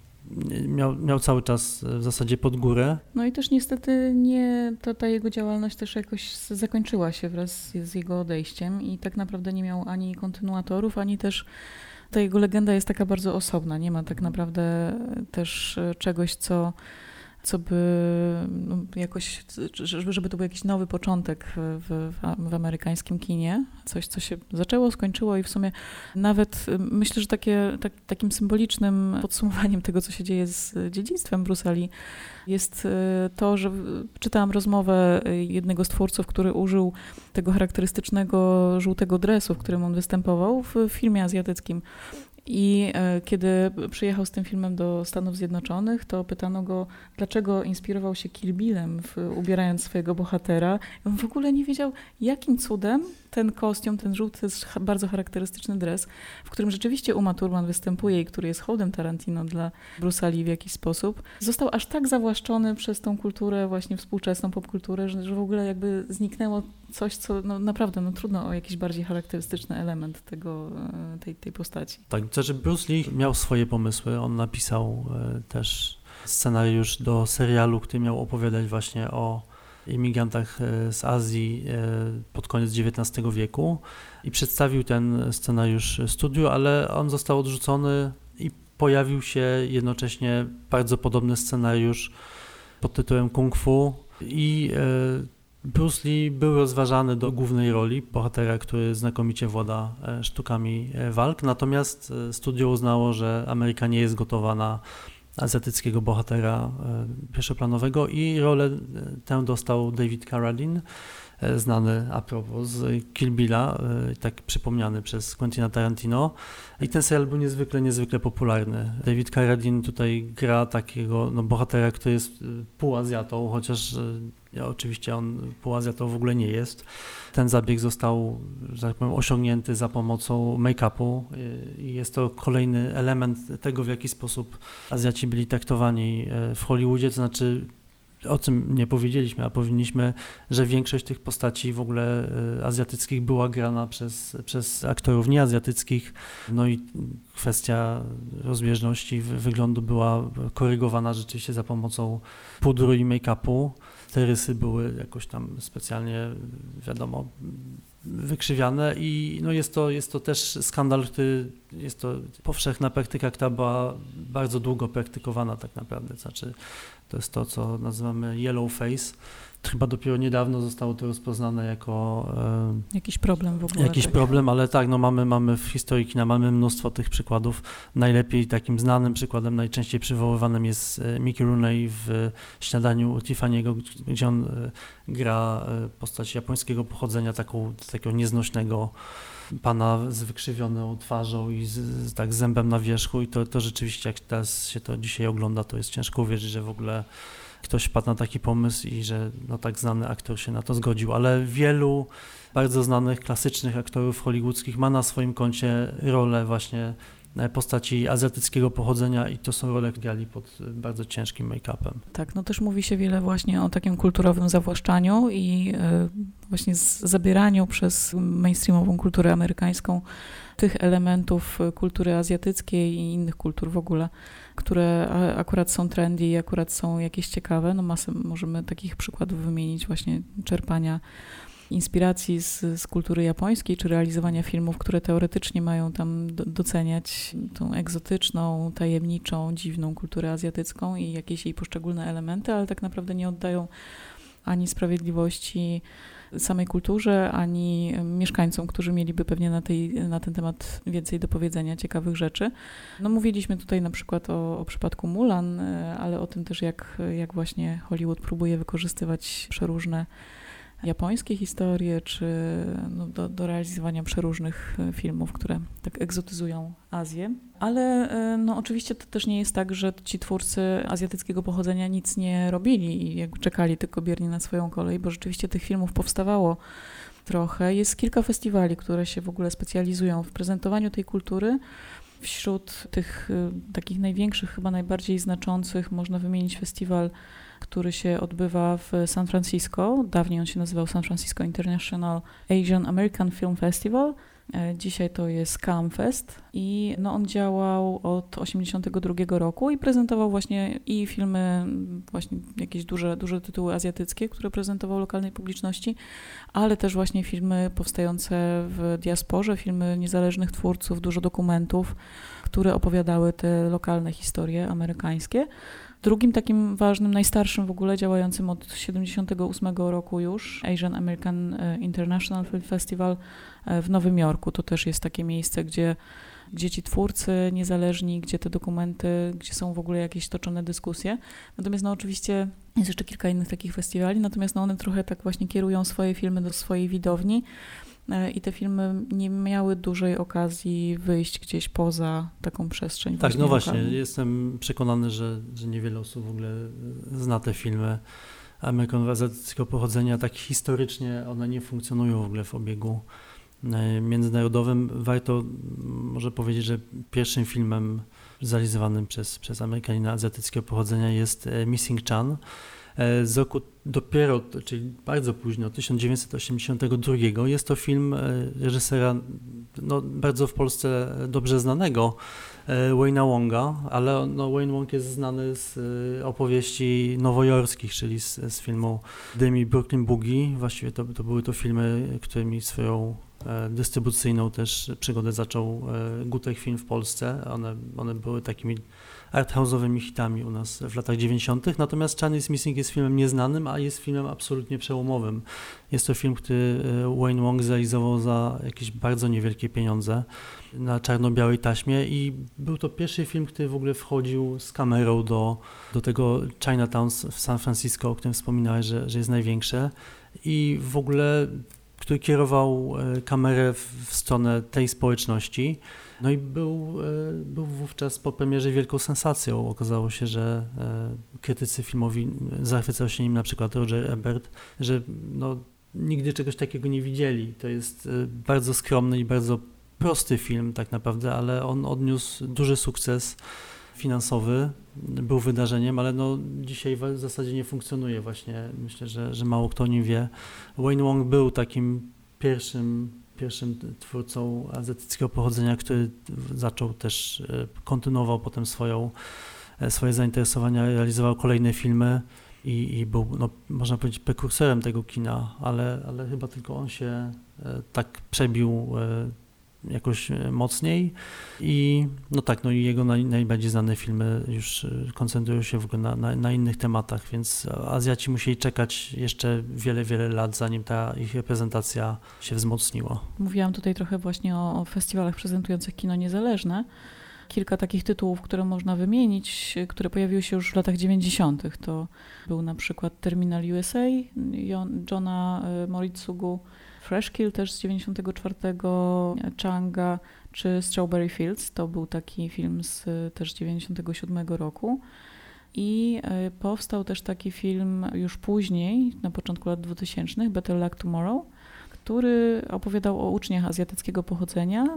miał, miał cały czas w zasadzie pod górę. No i też niestety nie, to ta jego działalność też jakoś zakończyła się wraz z jego odejściem i tak naprawdę nie miał ani kontynuatorów, ani też ta jego legenda jest taka bardzo osobna. Nie ma tak naprawdę też czegoś, co co by no, jakoś, żeby, żeby to był jakiś nowy początek w, w, w amerykańskim kinie. Coś, co się zaczęło, skończyło i w sumie nawet myślę, że takie, tak, takim symbolicznym podsumowaniem tego, co się dzieje z dziedzictwem Bruce'a Lee jest to, że czytałam rozmowę jednego z twórców, który użył tego charakterystycznego żółtego dresu, w którym on występował w filmie azjatyckim. I kiedy przyjechał z tym filmem do Stanów Zjednoczonych, to pytano go, dlaczego inspirował się Kill Billem, w, ubierając swojego bohatera. I on w ogóle nie wiedział, jakim cudem ten kostium, ten żółty, to jest bardzo charakterystyczny dres, w którym rzeczywiście Uma Thurman występuje i który jest hołdem Tarantino dla Bruce'a Lee w jakiś sposób, został aż tak zawłaszczony przez tą kulturę, właśnie współczesną popkulturę, że, że w ogóle jakby zniknęło coś, co no, naprawdę no, trudno o jakiś bardziej charakterystyczny element tego, tej, tej postaci. Tak, to znaczy Bruce Lee miał swoje pomysły. On napisał e, też scenariusz do serialu, który miał opowiadać właśnie o imigrantach e, z Azji e, pod koniec dziewiętnastego wieku i przedstawił ten scenariusz studiu, ale on został odrzucony i pojawił się jednocześnie bardzo podobny scenariusz pod tytułem Kung Fu i e, Bruce Lee był rozważany do głównej roli bohatera, który znakomicie włada sztukami walk, natomiast studio uznało, że Ameryka nie jest gotowa na azjatyckiego bohatera pierwszoplanowego i rolę tę dostał David Carradine, znany a propos z Kill Billa, tak przypomniany przez Quentina Tarantino. I ten serial był niezwykle, niezwykle popularny. David Carradine tutaj gra takiego no, bohatera, który jest półazjatą, chociaż ja, oczywiście on półazjatą w ogóle nie jest. Ten zabieg został, że tak powiem, osiągnięty za pomocą make-upu i jest to kolejny element tego, w jaki sposób Azjaci byli traktowani w Hollywoodzie, to znaczy o czym nie powiedzieliśmy, a powinniśmy, że większość tych postaci w ogóle azjatyckich była grana przez, przez aktorów nieazjatyckich, no i kwestia rozbieżności wyglądu była korygowana rzeczywiście za pomocą pudru i make-upu. Te rysy były jakoś tam specjalnie, wiadomo, wykrzywiane i no jest to, jest to też skandal, który jest to powszechna praktyka, która była bardzo długo praktykowana tak naprawdę, znaczy to jest to, co nazywamy yellow face. Chyba dopiero niedawno zostało to rozpoznane jako e, jakiś problem w ogóle. Jakiś tak. problem, ale tak, no mamy, mamy w historii kina, mamy mnóstwo tych przykładów. Najlepiej takim znanym przykładem, najczęściej przywoływanym jest Mickey Rooney w Śniadaniu u Tiffany'ego, gdzie on gra postać japońskiego pochodzenia, taką, takiego nieznośnego pana z wykrzywioną twarzą i z, z, tak z zębem na wierzchu i to, to rzeczywiście, jak teraz się to dzisiaj ogląda, to jest ciężko uwierzyć, że w ogóle ktoś wpadł na taki pomysł i że no, tak znany aktor się na to zgodził, ale wielu bardzo znanych, klasycznych aktorów hollywoodzkich ma na swoim koncie rolę właśnie postaci azjatyckiego pochodzenia i to są role, które grali pod bardzo ciężkim make-upem. Tak, no też mówi się wiele właśnie o takim kulturowym zawłaszczaniu i y, właśnie z zabieraniu przez mainstreamową kulturę amerykańską tych elementów kultury azjatyckiej i innych kultur w ogóle, które akurat są trendy i akurat są jakieś ciekawe. No masę możemy takich przykładów wymienić właśnie czerpania inspiracji z, z kultury japońskiej, czy realizowania filmów, które teoretycznie mają tam do, doceniać tą egzotyczną, tajemniczą, dziwną kulturę azjatycką i jakieś jej poszczególne elementy, ale tak naprawdę nie oddają ani sprawiedliwości samej kulturze, ani mieszkańcom, którzy mieliby pewnie na, tej, na ten temat więcej do powiedzenia, ciekawych rzeczy. No mówiliśmy tutaj na przykład o, o przypadku Mulan, ale o tym też, jak, jak właśnie Hollywood próbuje wykorzystywać przeróżne japońskie historie, czy no, do, do realizowania przeróżnych filmów, które tak egzotyzują Azję. Ale no, oczywiście to też nie jest tak, że ci twórcy azjatyckiego pochodzenia nic nie robili i jakby czekali tylko biernie na swoją kolej, bo rzeczywiście tych filmów powstawało trochę. Jest kilka festiwali, które się w ogóle specjalizują w prezentowaniu tej kultury. Wśród tych takich największych, chyba najbardziej znaczących można wymienić festiwal, który się odbywa w San Francisco. Dawniej on się nazywał San Francisco International Asian American Film Festival. Dzisiaj to jest CAAMFest i no on działał od osiemdziesiątego drugiego roku i prezentował właśnie i filmy, właśnie jakieś duże, duże tytuły azjatyckie, które prezentował lokalnej publiczności, ale też właśnie filmy powstające w diasporze, filmy niezależnych twórców, dużo dokumentów, które opowiadały te lokalne historie amerykańskie. Drugim takim ważnym, najstarszym w ogóle, działającym od siedemdziesiątego ósmego roku już, Asian American International Film Festival w Nowym Jorku. To też jest takie miejsce, gdzie, gdzie ci twórcy niezależni, gdzie te dokumenty, gdzie są w ogóle jakieś toczone dyskusje. Natomiast no oczywiście jest jeszcze kilka innych takich festiwali, natomiast no one trochę tak właśnie kierują swoje filmy do swojej widowni i te filmy nie miały dużej okazji wyjść gdzieś poza taką przestrzeń. Tak, no właśnie, lokalną. jestem przekonany, że, że niewiele osób w ogóle zna te filmy Amerykanów azjatyckiego pochodzenia. Tak historycznie one nie funkcjonują w ogóle w obiegu międzynarodowym. Warto może powiedzieć, że pierwszym filmem zrealizowanym przez, przez Amerykanina azjatyckiego pochodzenia jest Missing Chan z roku dopiero, czyli bardzo późno, tysiąc dziewięćset osiemdziesiątego drugiego. Jest to film reżysera no, bardzo w Polsce dobrze znanego, Wayne'a Wonga, ale no, Wayne Wong jest znany z opowieści nowojorskich, czyli z, z filmu Demi Brooklyn Boogie. Właściwie to, to były to filmy, którymi swoją dystrybucyjną też przygodę zaczął Gutek Film w Polsce. One, one były takimi arthouse'owymi hitami u nas w latach dziewięćdziesiątych. Natomiast Chinese Missing jest filmem nieznanym, a jest filmem absolutnie przełomowym. Jest to film, który Wayne Wong zrealizował za jakieś bardzo niewielkie pieniądze na czarno-białej taśmie i był to pierwszy film, który w ogóle wchodził z kamerą do, do tego Chinatown w San Francisco, o którym wspominałeś, że, że jest największe i w ogóle który kierował kamerę w stronę tej społeczności. No i był, był wówczas po premierze wielką sensacją. Okazało się, że krytycy filmowi zachwycał się nim na przykład Roger Ebert, że no, nigdy czegoś takiego nie widzieli. To jest bardzo skromny i bardzo prosty film tak naprawdę, ale on odniósł duży sukces finansowy, był wydarzeniem, ale no dzisiaj w zasadzie nie funkcjonuje właśnie. Myślę, że, że mało kto o nim wie. Wayne Wong był takim pierwszym, pierwszym twórcą azjatyckiego pochodzenia, który zaczął też, kontynuował potem swoją, swoje zainteresowania, realizował kolejne filmy i, i był, no, można powiedzieć, prekursorem tego kina, ale, ale chyba tylko on się tak przebił jakoś mocniej i no tak, no i jego naj, najbardziej znane filmy już koncentrują się w ogóle na, na, na innych tematach, więc Azjaci musieli czekać jeszcze wiele, wiele lat, zanim ta ich reprezentacja się wzmocniła. Mówiłam tutaj trochę właśnie o, o festiwalach prezentujących kino niezależne. Kilka takich tytułów, które można wymienić, które pojawiły się już w latach dziewięćdziesiątych. To był na przykład Terminal U S A Johna Moritsugu, Fresh Kill też z dziewięćdziesiątego czwartego, Changa czy Strawberry Fields. To był taki film z też dziewięćdziesiątego siódmego roku. I powstał też taki film już później, na początku lat dwutysięcznych, Better Luck Tomorrow, który opowiadał o uczniach azjatyckiego pochodzenia,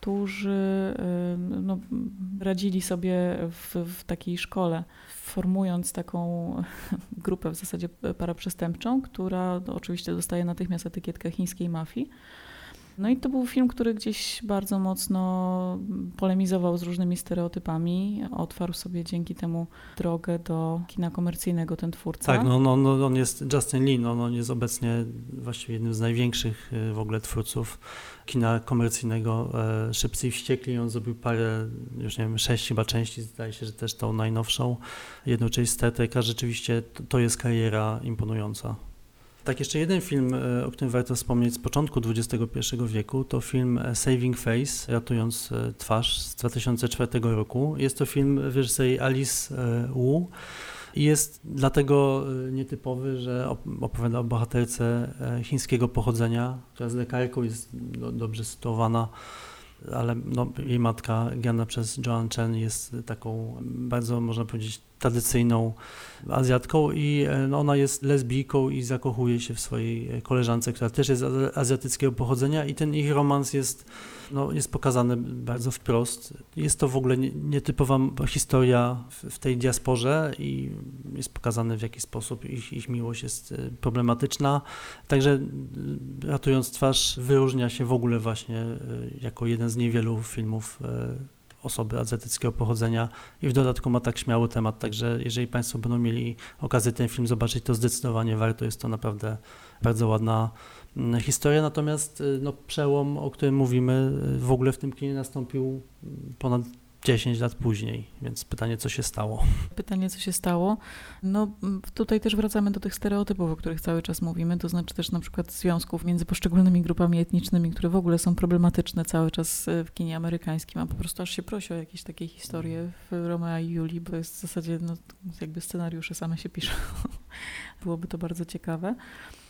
którzy no, radzili sobie w, w takiej szkole, formując taką grupę w zasadzie paraprzestępczą, która no, oczywiście dostaje natychmiast etykietkę chińskiej mafii. No i to był film, który gdzieś bardzo mocno polemizował z różnymi stereotypami. Otwarł sobie dzięki temu drogę do kina komercyjnego ten twórca. Tak, no, no, no on jest Justin Lin, no, on jest obecnie właściwie jednym z największych w ogóle twórców kina komercyjnego. Szybcy i Wściekli, on zrobił parę, już nie wiem, sześć chyba części, zdaje się, że też tą najnowszą, jedną część Star Treka. Rzeczywiście to, to jest kariera imponująca. Tak, jeszcze jeden film, o którym warto wspomnieć z początku dwudziestego pierwszego wieku, to film Saving Face, Ratując twarz z dwa tysiące czwartego roku. Jest to film w reżyserii Alice Wu i jest dlatego nietypowy, że opowiada o bohaterce chińskiego pochodzenia, która jest lekarką, jest dobrze sytuowana, ale no, jej matka, grana przez Joan Chen, jest taką bardzo, można powiedzieć, tradycyjną Azjatką i no, ona jest lesbijką i zakochuje się w swojej koleżance, która też jest azjatyckiego pochodzenia i ten ich romans jest, no, jest pokazany bardzo wprost. Jest to w ogóle nietypowa historia w, w tej diasporze i jest pokazane, w jaki sposób ich, ich miłość jest problematyczna. Także Ratując twarz wyróżnia się w ogóle właśnie jako jeden z niewielu filmów osoby azjatyckiego pochodzenia i w dodatku ma tak śmiały temat, także jeżeli Państwo będą mieli okazję ten film zobaczyć, to zdecydowanie warto, jest to naprawdę bardzo ładna historia, natomiast no, przełom, o którym mówimy, w ogóle w tym kinie nastąpił ponad dziesięć lat później, więc pytanie, co się stało? Pytanie, co się stało? No tutaj też wracamy do tych stereotypów, o których cały czas mówimy, to znaczy też na przykład związków między poszczególnymi grupami etnicznymi, które w ogóle są problematyczne cały czas w kinie amerykańskim, a po prostu aż się prosi o jakieś takie historie w Romea i Julii, bo jest w zasadzie no, jakby scenariusze same się piszą. Byłoby to bardzo ciekawe.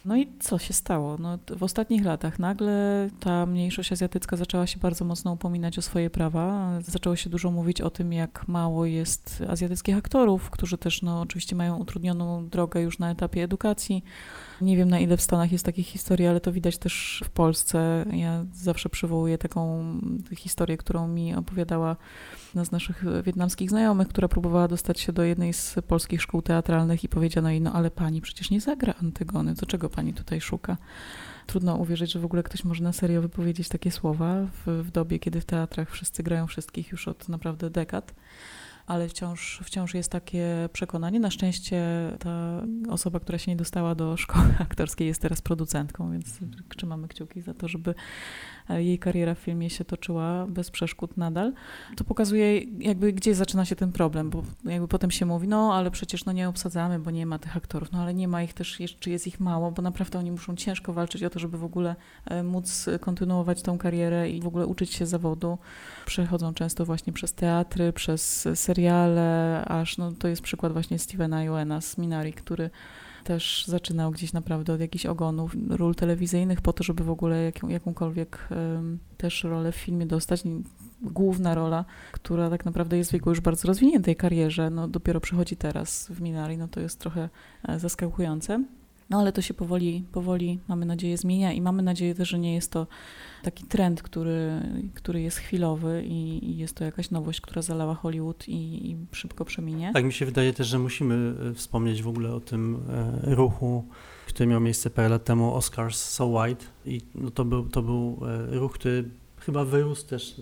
No i co się stało? No, w ostatnich latach nagle ta mniejszość azjatycka zaczęła się bardzo mocno upominać o swoje prawa. Zaczęło się dużo mówić o tym, jak mało jest azjatyckich aktorów, którzy też no, oczywiście mają utrudnioną drogę już na etapie edukacji. Nie wiem, na ile w Stanach jest takich historii, ale to widać też w Polsce. Ja zawsze przywołuję taką historię, którą mi opowiadała jedna z naszych wietnamskich znajomych, która próbowała dostać się do jednej z polskich szkół teatralnych i powiedziano jej, no ale pani przecież nie zagra Antygony, to czego pani tutaj szuka? Trudno uwierzyć, że w ogóle ktoś może na serio wypowiedzieć takie słowa w, w dobie, kiedy w teatrach wszyscy grają wszystkich już od naprawdę dekad. Ale wciąż, wciąż jest takie przekonanie. Na szczęście ta osoba, która się nie dostała do szkoły aktorskiej, jest teraz producentką, więc trzymamy kciuki za to, żeby jej kariera w filmie się toczyła bez przeszkód nadal. To pokazuje jakby gdzie zaczyna się ten problem, bo jakby potem się mówi, no ale przecież no nie obsadzamy, bo nie ma tych aktorów, no ale nie ma ich też, czy jest ich mało, bo naprawdę oni muszą ciężko walczyć o to, żeby w ogóle móc kontynuować tą karierę i w ogóle uczyć się zawodu. Przechodzą często właśnie przez teatry, przez seriale, aż no to jest przykład właśnie Stevena Yeuna z Minari, który też zaczynał gdzieś naprawdę od jakichś ogonów ról telewizyjnych po to, żeby w ogóle jaką, jakąkolwiek um, też rolę w filmie dostać. Główna rola, która tak naprawdę jest w jego już bardzo rozwiniętej karierze, no dopiero przychodzi teraz w Minari, no to jest trochę zaskakujące. No ale to się powoli, powoli, mamy nadzieję, zmienia i mamy nadzieję też, że nie jest to taki trend, który, który jest chwilowy i, i jest to jakaś nowość, która zalała Hollywood i, i szybko przeminie. Tak, mi się wydaje też, że musimy wspomnieć w ogóle o tym e, ruchu, który miał miejsce parę lat temu, Oscars So White. I no, to, był, to był e, ruch, który chyba wyrósł też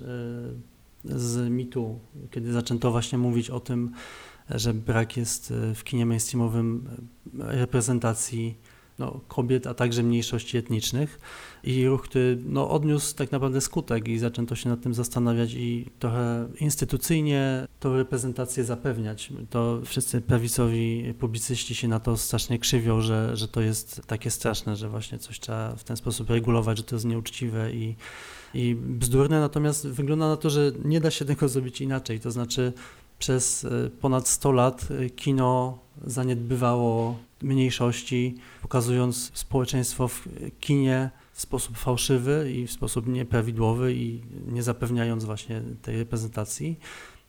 e, z mitu, kiedy zaczęto właśnie mówić o tym, że brak jest w kinie mainstreamowym reprezentacji no, kobiet, a także mniejszości etnicznych i ruch, który no, odniósł tak naprawdę skutek i zaczęto się nad tym zastanawiać i trochę instytucyjnie tą reprezentację zapewniać. To wszyscy prawicowi publicyści się na to strasznie krzywią, że, że to jest takie straszne, że właśnie coś trzeba w ten sposób regulować, że to jest nieuczciwe i, i bzdurne, natomiast wygląda na to, że nie da się tego zrobić inaczej, to znaczy przez ponad sto lat kino zaniedbywało mniejszości, pokazując społeczeństwo w kinie w sposób fałszywy i w sposób nieprawidłowy i nie zapewniając właśnie tej reprezentacji,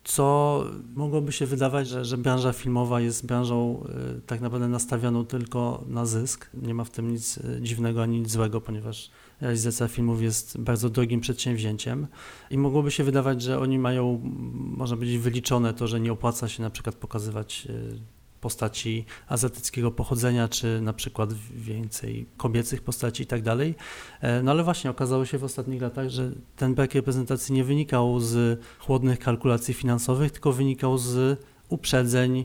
co mogłoby się wydawać, że, że branża filmowa jest branżą y, tak naprawdę nastawioną tylko na zysk. Nie ma w tym nic dziwnego ani nic złego, ponieważ realizacja filmów jest bardzo drogim przedsięwzięciem i mogłoby się wydawać, że oni mają, można powiedzieć, wyliczone to, że nie opłaca się na przykład pokazywać postaci azjatyckiego pochodzenia, czy na przykład więcej kobiecych postaci i tak dalej. No ale właśnie okazało się w ostatnich latach, że ten brak reprezentacji nie wynikał z chłodnych kalkulacji finansowych, tylko wynikał z uprzedzeń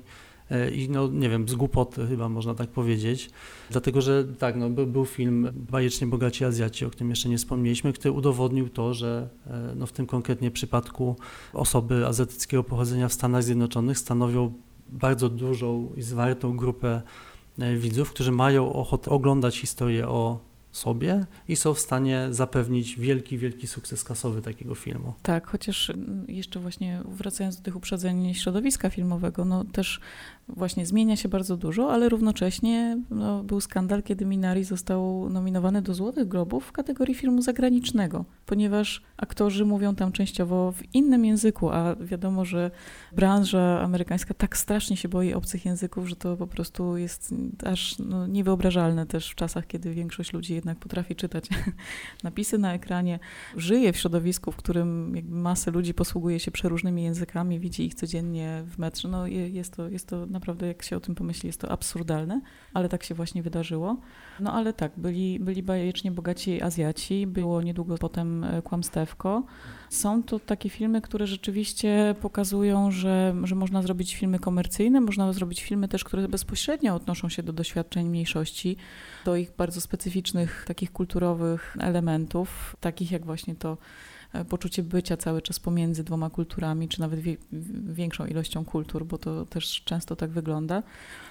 i no nie wiem, z głupoty chyba można tak powiedzieć, dlatego że tak, no był, był film Bajecznie bogaci Azjaci, o którym jeszcze nie wspomnieliśmy, który udowodnił to, że no w tym konkretnie przypadku osoby azjatyckiego pochodzenia w Stanach Zjednoczonych stanowią bardzo dużą i zwartą grupę widzów, którzy mają ochotę oglądać historię o sobie i są w stanie zapewnić wielki, wielki sukces kasowy takiego filmu. Tak, chociaż jeszcze właśnie wracając do tych uprzedzeń środowiska filmowego, no też właśnie zmienia się bardzo dużo, ale równocześnie no, był skandal, kiedy Minari został nominowany do Złotych Globów w kategorii filmu zagranicznego, ponieważ aktorzy mówią tam częściowo w innym języku, a wiadomo, że branża amerykańska tak strasznie się boi obcych języków, że to po prostu jest aż no, niewyobrażalne też w czasach, kiedy większość ludzi jednak potrafi czytać napisy na ekranie, żyje w środowisku, w którym jakby masę ludzi posługuje się przeróżnymi językami, widzi ich codziennie w metrze. No jest to, jest to naprawdę, jak się o tym pomyśli, jest to absurdalne, ale tak się właśnie wydarzyło. No ale tak, byli, byli bajecznie bogaci Azjaci, było niedługo potem Kłamstewko. Są to takie filmy, które rzeczywiście pokazują, że, że można zrobić filmy komercyjne, można zrobić filmy też, które bezpośrednio odnoszą się do doświadczeń mniejszości, do ich bardzo specyficznych, takich kulturowych elementów, takich jak właśnie to poczucie bycia cały czas pomiędzy dwoma kulturami, czy nawet wie, większą ilością kultur, bo to też często tak wygląda.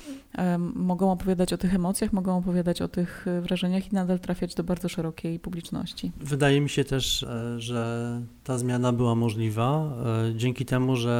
Um, mogą opowiadać o tych emocjach, mogą opowiadać o tych wrażeniach i nadal trafiać do bardzo szerokiej publiczności. Wydaje mi się też, że ta zmiana była możliwa dzięki temu, że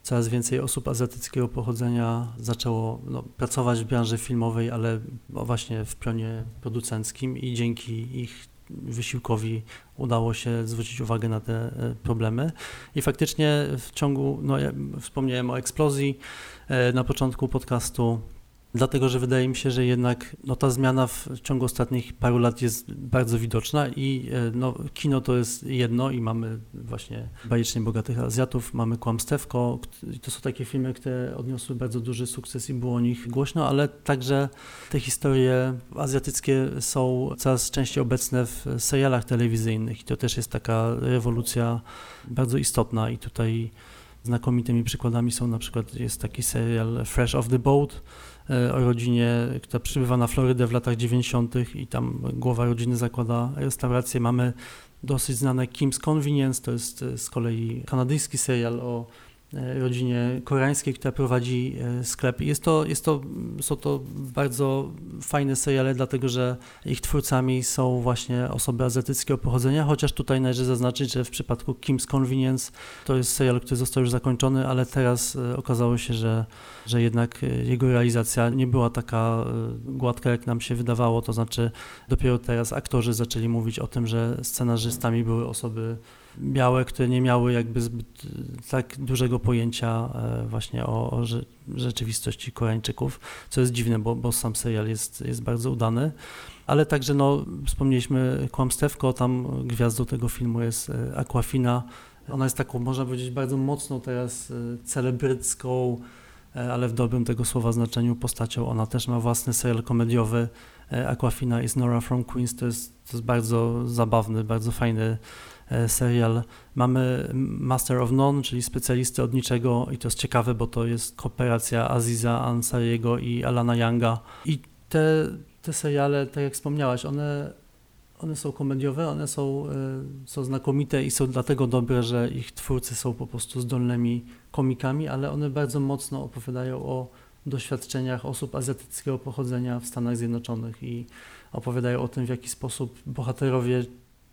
coraz więcej osób azjatyckiego pochodzenia zaczęło no, pracować w branży filmowej, ale właśnie w pionie producenckim i dzięki ich wysiłkowi udało się zwrócić uwagę na te problemy. I faktycznie w ciągu, no ja wspomniałem o eksplozji na początku podcastu, dlatego że wydaje mi się, że jednak no, ta zmiana w ciągu ostatnich paru lat jest bardzo widoczna i no, kino to jest jedno i mamy właśnie Bajecznie bogatych Azjatów, mamy Kłamstewko, to są takie filmy, które odniosły bardzo duży sukces i było o nich głośno, ale także te historie azjatyckie są coraz częściej obecne w serialach telewizyjnych i to też jest taka rewolucja bardzo istotna i tutaj znakomitymi przykładami są na przykład, jest taki serial Fresh Off the Boat, o rodzinie, która przybywa na Florydę w latach dziewięćdziesiątych i tam głowa rodziny zakłada restaurację. Mamy dosyć znane Kim's Convenience, to jest z kolei kanadyjski serial o rodzinie koreańskiej, która prowadzi sklep. Jest to, jest to, są to bardzo fajne seriale, dlatego że ich twórcami są właśnie osoby azjatyckiego pochodzenia, chociaż tutaj należy zaznaczyć, że w przypadku Kim's Convenience to jest serial, który został już zakończony, ale teraz okazało się, że, że jednak jego realizacja nie była taka gładka, jak nam się wydawało, to znaczy dopiero teraz aktorzy zaczęli mówić o tym, że scenarzystami były osoby białe, które nie miały jakby zbyt tak dużego pojęcia właśnie o, o rzeczywistości Koreańczyków, co jest dziwne, bo, bo sam serial jest, jest bardzo udany, ale także no, wspomnieliśmy Kłamstewko, tam gwiazdą tego filmu jest Awkwafina. Ona jest taką, można powiedzieć, bardzo mocną teraz celebrycką, ale w dobrym tego słowa znaczeniu postacią. Ona też ma własny serial komediowy. Awkwafina is Nora from Queens, to jest, to jest bardzo zabawny, bardzo fajny serial. Mamy Master of None, czyli specjalisty od niczego i to jest ciekawe, bo to jest kooperacja Aziza Ansariego i Alana Younga. I te, te seriale, tak jak wspomniałaś, one, one są komediowe, one są, są znakomite i są dlatego dobre, że ich twórcy są po prostu zdolnymi komikami, ale one bardzo mocno opowiadają o doświadczeniach osób azjatyckiego pochodzenia w Stanach Zjednoczonych i opowiadają o tym, w jaki sposób bohaterowie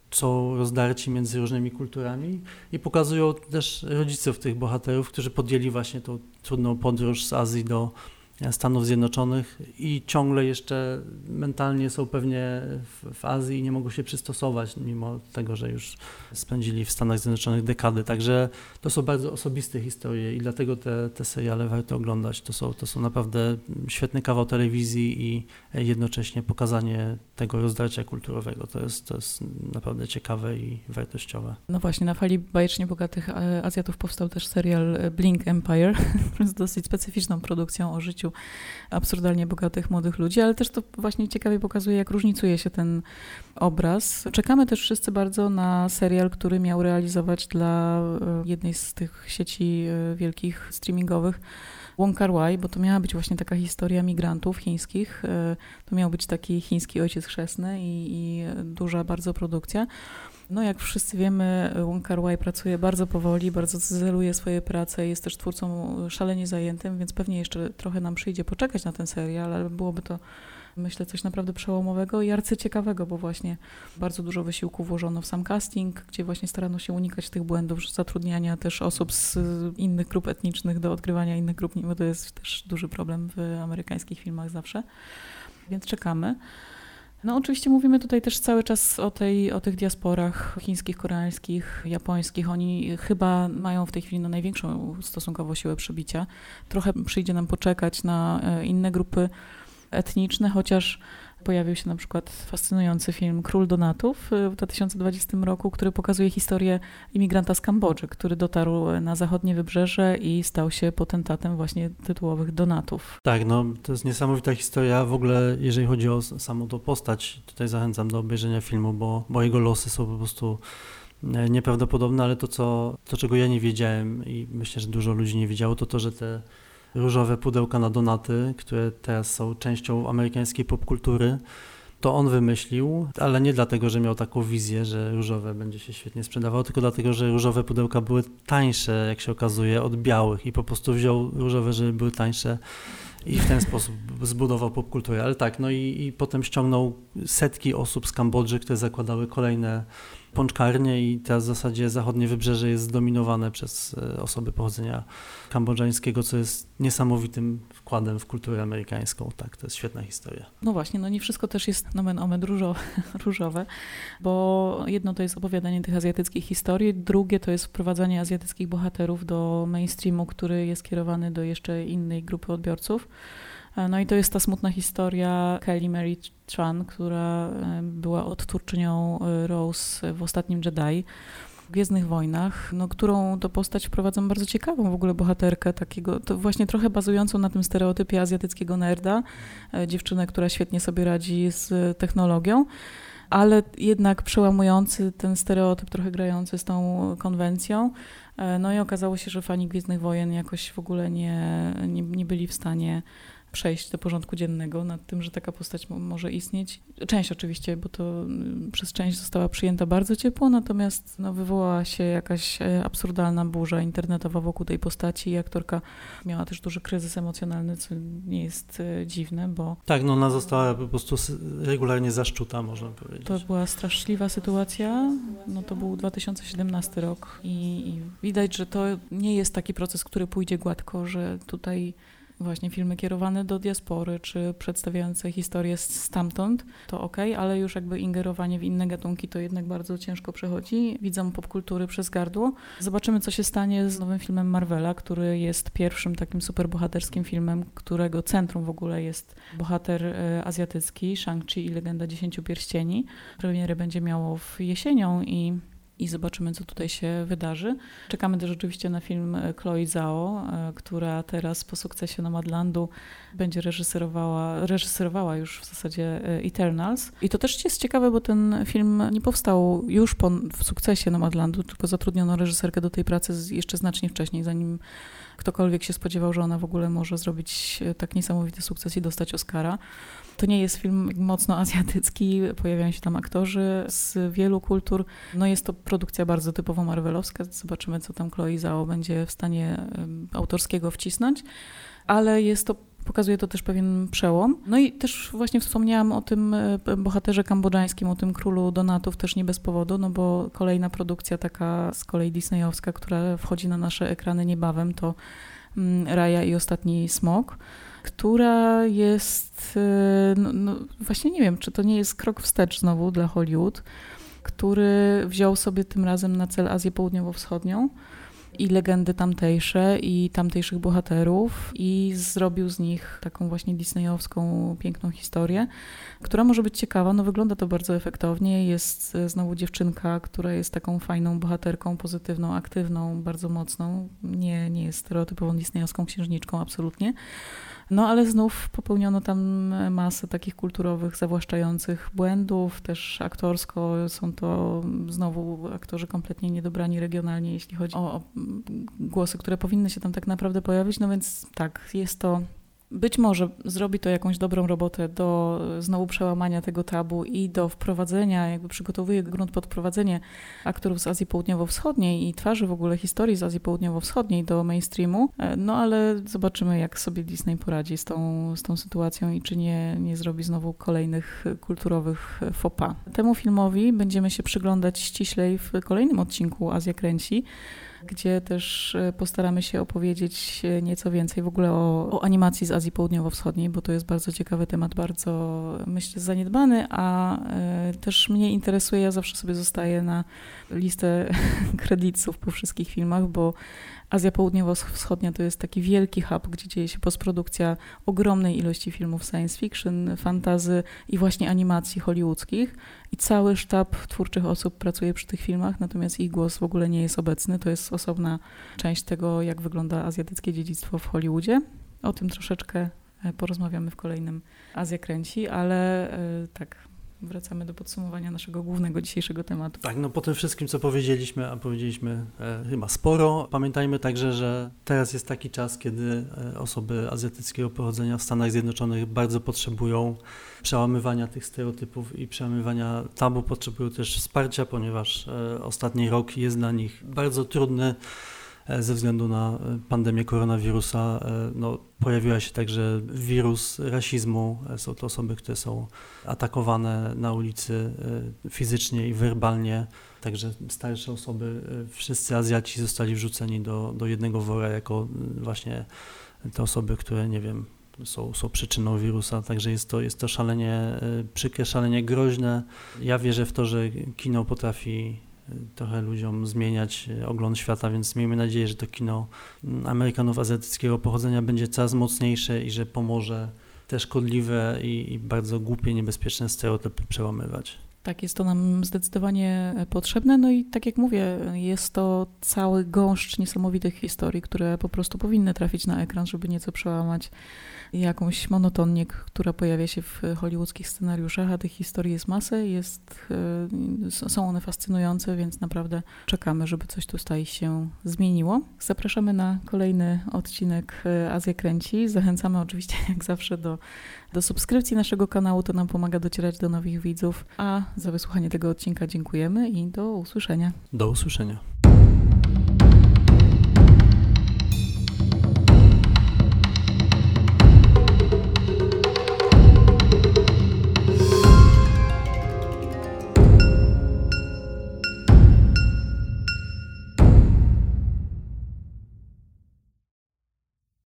są rozdarci między różnymi kulturami i pokazują też rodziców tych bohaterów, którzy podjęli właśnie tą trudną podróż z Azji do Stanów Zjednoczonych i ciągle jeszcze mentalnie są pewnie w, w Azji i nie mogą się przystosować, mimo tego, że już spędzili w Stanach Zjednoczonych dekady. Także to są bardzo osobiste historie i dlatego te, te seriale warto oglądać. To są, to są naprawdę świetny kawał telewizji i jednocześnie pokazanie tego rozdarcia kulturowego. To jest, to jest naprawdę ciekawe i wartościowe. No właśnie, na fali bajecznie bogatych Azjatów powstał też serial Blink Empire, który jest dosyć specyficzną produkcją o życiu absurdalnie bogatych młodych ludzi, ale też to właśnie ciekawie pokazuje, jak różnicuje się ten obraz. Czekamy też wszyscy bardzo na serial, który miał realizować dla jednej z tych sieci wielkich streamingowych Wong Kar-wai, bo to miała być właśnie taka historia migrantów chińskich. To miał być taki chiński ojciec chrzestny i, i duża bardzo produkcja. No jak wszyscy wiemy, Wong Kar-wai pracuje bardzo powoli, bardzo cyzeluje swoje prace, jest też twórcą szalenie zajętym, więc pewnie jeszcze trochę nam przyjdzie poczekać na ten serial, ale byłoby to, myślę, coś naprawdę przełomowego i arcyciekawego, bo właśnie bardzo dużo wysiłku włożono w sam casting, gdzie właśnie starano się unikać tych błędów, zatrudniania też osób z innych grup etnicznych do odgrywania innych grup, bo to jest też duży problem w amerykańskich filmach zawsze, więc czekamy. No oczywiście mówimy tutaj też cały czas o, tej, o tych diasporach chińskich, koreańskich, japońskich. Oni chyba mają w tej chwili no, największą stosunkowo siłę przebicia. Trochę przyjdzie nam poczekać na inne grupy etniczne, chociaż pojawił się na przykład fascynujący film Król Donatów w dwa tysiące dwudziestym roku, który pokazuje historię imigranta z Kambodży, który dotarł na zachodnie wybrzeże i stał się potentatem właśnie tytułowych donatów. Tak, no to jest niesamowita historia. W ogóle jeżeli chodzi o samą tą postać, tutaj zachęcam do obejrzenia filmu, bo, bo jego losy są po prostu nieprawdopodobne, ale to, co, to, czego ja nie wiedziałem i myślę, że dużo ludzi nie wiedziało, to to, że te różowe pudełka na donaty, które teraz są częścią amerykańskiej popkultury, to on wymyślił, ale nie dlatego, że miał taką wizję, że różowe będzie się świetnie sprzedawało, tylko dlatego, że różowe pudełka były tańsze, jak się okazuje, od białych i po prostu wziął różowe, żeby były tańsze i w ten sposób zbudował popkulturę. Ale tak, no i, i potem ściągnął setki osób z Kambodży, które zakładały kolejne pączkarnie i teraz w zasadzie zachodnie wybrzeże jest zdominowane przez osoby pochodzenia kambodżańskiego, co jest niesamowitym wkładem w kulturę amerykańską. Tak, to jest świetna historia. No właśnie, no nie wszystko też jest nomen omen różowe, różowe, bo jedno to jest opowiadanie tych azjatyckich historii, drugie to jest wprowadzanie azjatyckich bohaterów do mainstreamu, który jest kierowany do jeszcze innej grupy odbiorców. No i to jest ta smutna historia Kelly Mary Tran, która była odtwórczynią Rose w Ostatnim Jedi, w Gwiezdnych Wojnach, no, którą to postać wprowadzam bardzo ciekawą w ogóle bohaterkę, takiego, to właśnie trochę bazującą na tym stereotypie azjatyckiego nerda, dziewczynę, która świetnie sobie radzi z technologią, ale jednak przełamujący ten stereotyp, trochę grający z tą konwencją. No i okazało się, że fani Gwiezdnych Wojen jakoś w ogóle nie, nie, nie byli w stanie przejść do porządku dziennego nad tym, że taka postać m- może istnieć. Część oczywiście, bo to y, przez część została przyjęta bardzo ciepło, natomiast no, wywołała się jakaś y, absurdalna burza internetowa wokół tej postaci i aktorka miała też duży kryzys emocjonalny, co nie jest y, dziwne, bo... Tak, no ona została po prostu regularnie zaszczuta, można powiedzieć. To była straszliwa sytuacja, no to był dwa tysiące siedemnasty rok i, i widać, że to nie jest taki proces, który pójdzie gładko, że tutaj właśnie filmy kierowane do diaspory, czy przedstawiające historię stamtąd, to okej, okay, ale już jakby ingerowanie w inne gatunki to jednak bardzo ciężko przechodzi. Widzą popkultury przez gardło. Zobaczymy, co się stanie z nowym filmem Marvela, który jest pierwszym takim superbohaterskim filmem, którego centrum w ogóle jest bohater e, azjatycki, Shang-Chi i Legenda Dziesięciu Pierścieni. Premierę będzie miało w jesienią i I zobaczymy, co tutaj się wydarzy. Czekamy też oczywiście na film Chloe Zhao, która teraz po sukcesie Nomadlandu będzie reżyserowała, reżyserowała już w zasadzie Eternals. I to też jest ciekawe, bo ten film nie powstał już po w sukcesie Nomadlandu, tylko zatrudniono reżyserkę do tej pracy jeszcze znacznie wcześniej, zanim ktokolwiek się spodziewał, że ona w ogóle może zrobić tak niesamowity sukces i dostać Oscara. To nie jest film mocno azjatycki, pojawiają się tam aktorzy z wielu kultur. No jest to produkcja bardzo typowo marvelowska. Zobaczymy, co tam Chloe Zhao będzie w stanie autorskiego wcisnąć, ale jest to, pokazuje to też pewien przełom. No i też właśnie wspomniałam o tym bohaterze kambodżańskim, o tym królu donatów też nie bez powodu, no bo kolejna produkcja taka z kolei disneyowska, która wchodzi na nasze ekrany niebawem, to Raya i Ostatni Smok, która jest, no, no właśnie nie wiem, czy to nie jest krok wstecz znowu dla Hollywood, który wziął sobie tym razem na cel Azję Południowo-Wschodnią i legendy tamtejsze i tamtejszych bohaterów i zrobił z nich taką właśnie disneyowską piękną historię, która może być ciekawa, no wygląda to bardzo efektownie, jest znowu dziewczynka, która jest taką fajną bohaterką, pozytywną, aktywną, bardzo mocną, nie, nie jest stereotypową disneyowską księżniczką, absolutnie. No ale znów popełniono tam masę takich kulturowych, zawłaszczających błędów, też aktorsko są to znowu aktorzy kompletnie niedobrani regionalnie, jeśli chodzi o, o głosy, które powinny się tam tak naprawdę pojawić, no więc tak, jest to... Być może zrobi to jakąś dobrą robotę do znowu przełamania tego tabu i do wprowadzenia, jakby przygotowuje grunt pod wprowadzenie aktorów z Azji Południowo-Wschodniej i twarzy w ogóle historii z Azji Południowo-Wschodniej do mainstreamu. No ale zobaczymy, jak sobie Disney poradzi z tą, z tą sytuacją i czy nie, nie zrobi znowu kolejnych kulturowych faux pas. Temu filmowi będziemy się przyglądać ściślej w kolejnym odcinku Azja Kręci, gdzie też postaramy się opowiedzieć nieco więcej w ogóle o, o animacji z Azji Południowo-Wschodniej, bo to jest bardzo ciekawy temat, bardzo myślę zaniedbany, a y, też mnie interesuje, ja zawsze sobie zostaję na listę kredytów po wszystkich filmach, bo Azja Południowo-Wschodnia to jest taki wielki hub, gdzie dzieje się postprodukcja ogromnej ilości filmów science fiction, fantasy i właśnie animacji hollywoodzkich i cały sztab twórczych osób pracuje przy tych filmach, natomiast ich głos w ogóle nie jest obecny. To jest osobna część tego, jak wygląda azjatyckie dziedzictwo w Hollywoodzie. O tym troszeczkę porozmawiamy w kolejnym Azja Kręci, ale tak... Wracamy do podsumowania naszego głównego dzisiejszego tematu. Tak, no po tym wszystkim, co powiedzieliśmy, a powiedzieliśmy e, chyba sporo, pamiętajmy także, że teraz jest taki czas, kiedy e, osoby azjatyckiego pochodzenia w Stanach Zjednoczonych bardzo potrzebują przełamywania tych stereotypów i przełamywania tabu, potrzebują też wsparcia, ponieważ e, ostatni rok jest dla nich bardzo trudny. ze względu na pandemię koronawirusa no, pojawiła się także wirus rasizmu. Są to osoby, które są atakowane na ulicy fizycznie i werbalnie. Także starsze osoby, wszyscy Azjaci zostali wrzuceni do, do jednego wora jako właśnie te osoby, które, nie wiem, są, są przyczyną wirusa. Także jest to, jest to szalenie przykre, szalenie groźne. Ja wierzę w to, że kino potrafi trochę ludziom zmieniać ogląd świata, więc miejmy nadzieję, że to kino Amerykanów azjatyckiego pochodzenia będzie coraz mocniejsze i że pomoże te szkodliwe i, i bardzo głupie, niebezpieczne stereotypy przełamywać. Tak, jest to nam zdecydowanie potrzebne. No i tak jak mówię, jest to cały gąszcz niesamowitych historii, które po prostu powinny trafić na ekran, żeby nieco przełamać jakąś monotonię, która pojawia się w hollywoodzkich scenariuszach, a tych historii jest masę, jest, są one fascynujące, więc naprawdę czekamy, żeby coś tutaj się zmieniło. Zapraszamy na kolejny odcinek Azja Kręci. Zachęcamy oczywiście jak zawsze do, do subskrypcji naszego kanału, to nam pomaga docierać do nowych widzów, a za wysłuchanie tego odcinka dziękujemy i do usłyszenia. Do usłyszenia.